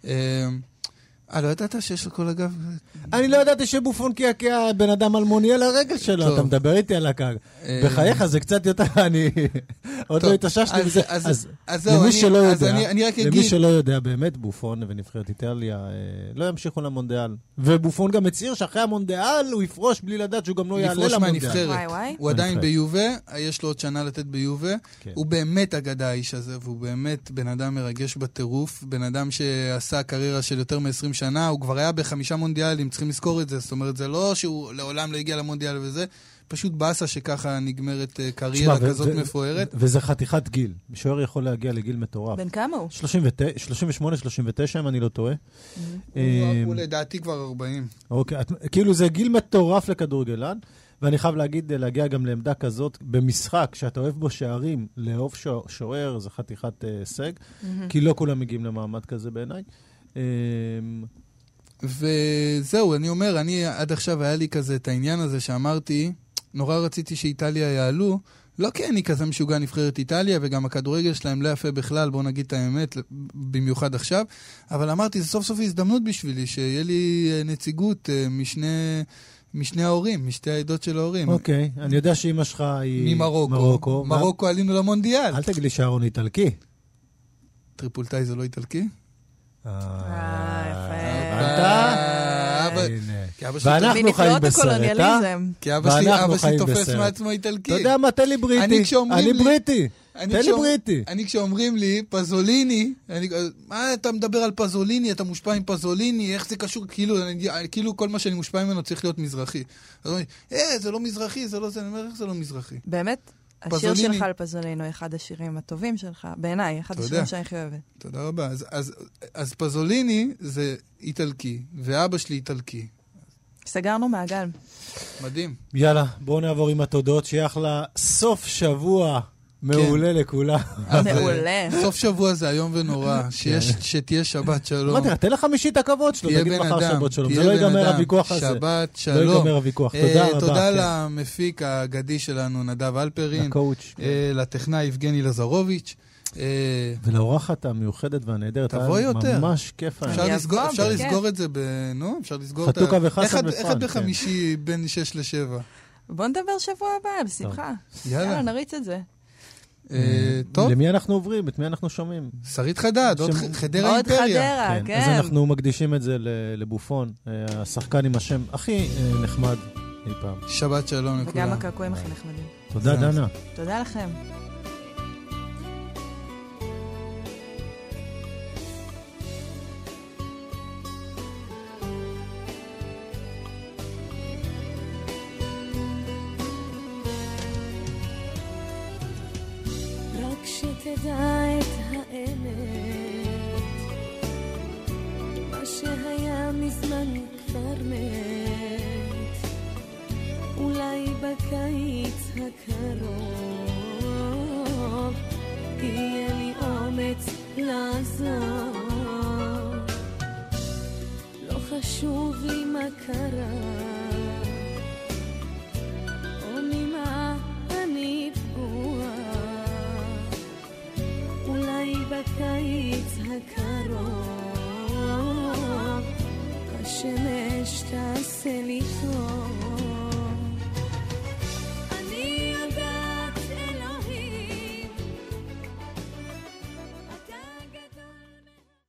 אה, לא ידעת שיש לכל אגב? אני לא ידעתי שבופון קעקע בן אדם אלמוני על הרגל שלו, אתה מדבר איתי על הקעקע. בחייך זה קצת יותר, אני עוד לא התאוששתי בזה. אז למי שלא יודע, למי שלא יודע, באמת בופון ונבחרת איטליה לא ימשיכו למונדיאל. ובופון גם הצהיר שאחרי המונדיאל הוא יפרוש בלי לדעת שהוא גם לא יעלה למונדיאל. הוא עדיין ביובה, יש לו עוד שנה לתת ביובה. הוא באמת אגדה האיש הזה, והוא באמת בן אדם מרגש בטירוף, בן אדם שעשה קריירה של יותר מ-עשרים שנה, הוא כבר היה בחמישה מונדיאלים, צריכים לזכור את זה, זאת אומרת, זה לא שהוא לעולם לא הגיע למונדיאל וזה, פשוט באסה שככה נגמרת קריירה כזאת מפוארת. וזה חתיכת גיל. שוער יכול להגיע לגיל מטורף. בן כמה הוא? שלושים ושמונה שלושים ותשע, אם אני לא טועה. הוא לדעתי כבר ארבעים. אוקיי, כאילו זה גיל מטורף לכדורגלן, ואני חייב להגיד, להגיע גם לעמדה כזאת, במשחק שאתה אוהב בו שערים, לאהוב שוער, זה חתיכת הישג, כי לא כולם מגיעים למעמד כזה בעיניי. וזהו, אני אומר, אני עד עכשיו היה לי כזה את העניין הזה שאמרתי, נורא רציתי שאיטליה יעלו, לא כי אני כזה משוגע נבחרת איטליה, וגם הכדורגל שלהם לא יפה בכלל, בואו נגיד את האמת, במיוחד עכשיו, אבל אמרתי, זה סוף סוף הזדמנות בשבילי, שיהיה לי נציגות משני... משני ההורים, משתי העדות של ההורים. אוקיי, אני יודע שאמא שלך היא... ממרוקו. מרוקו עלינו למונדיאל. אל תגיד לי שאהרון איטלקי. טריפולטאי זה לא איטלקי? אה, יפה. ואנחנו חיים בסרט, אה? כי אבא שלי תופס מעצמו איטלקי. אתה יודע מה, תן לי בריטי. אני בריטי. תן לי בריטי. אני כשאומרים לי, פזוליני, מה אתה מדבר על פזוליני, אתה מושפע עם פזוליני, איך זה קשור, כאילו כל מה שאני מושפע ממנו צריך להיות מזרחי. אז אומרים, אה, זה לא מזרחי, זה לא זה, אני אומר, איך זה לא מזרחי? באמת? השיר שלך על פזולינו, אחד השירים הטובים שלך, בעיניי, אחד השירים שאני הכי אוהבת. תודה רבה. אז פזוליני זה איטלקי, ואבא שלי איטלקי. סגרנו מעגל. מדהים. יאללה, בואו נעבור עם התודות, שיהיה אחלה סוף שבוע מעולה לכולם. מעולה. סוף שבוע זה היום ונורא, שתהיה שבת שלום. אמרתי, תן לחמישי את הכבוד שלו, תגיד מחר שבת שלום. זה לא ייגמר הוויכוח הזה. שבת שלום. לא ייגמר הוויכוח. תודה רבה. תודה למפיק האגדי שלנו, נדב אלפרין. לקואוץ'. לטכנאי יבגני לזרוביץ'. ולאורחת המיוחדת והנהדרת. תבוא יותר. ממש כיף. אפשר לסגור את זה ב... נו, אפשר לסגור את ה... חתוכה וחסן בפרן. אחד בחמישי בין שש לשבע. בוא נדבר שבוע הבא, בשמחה. יאללה, נריץ את זה. טוב. למי אנחנו עוברים? את מי אנחנו שומעים? שרית חדד, עוד חדרה אימפריה. עוד חדרה, כן. אז אנחנו מקדישים את זה לבופון, השחקן עם השם הכי נחמד אי פעם. שבת שלום לכולם. וגם הקעקועים הכי נחמדים. תודה, דנה. תודה לכם. שתדע את האמת, מה שהיה מזמן כבר מת, אולי בקיץ הקרוב יהיה לי אומץ לעזור, לא חשוב לי מה קרה או ממה אני פגועה, אולי בקיץ הקרוב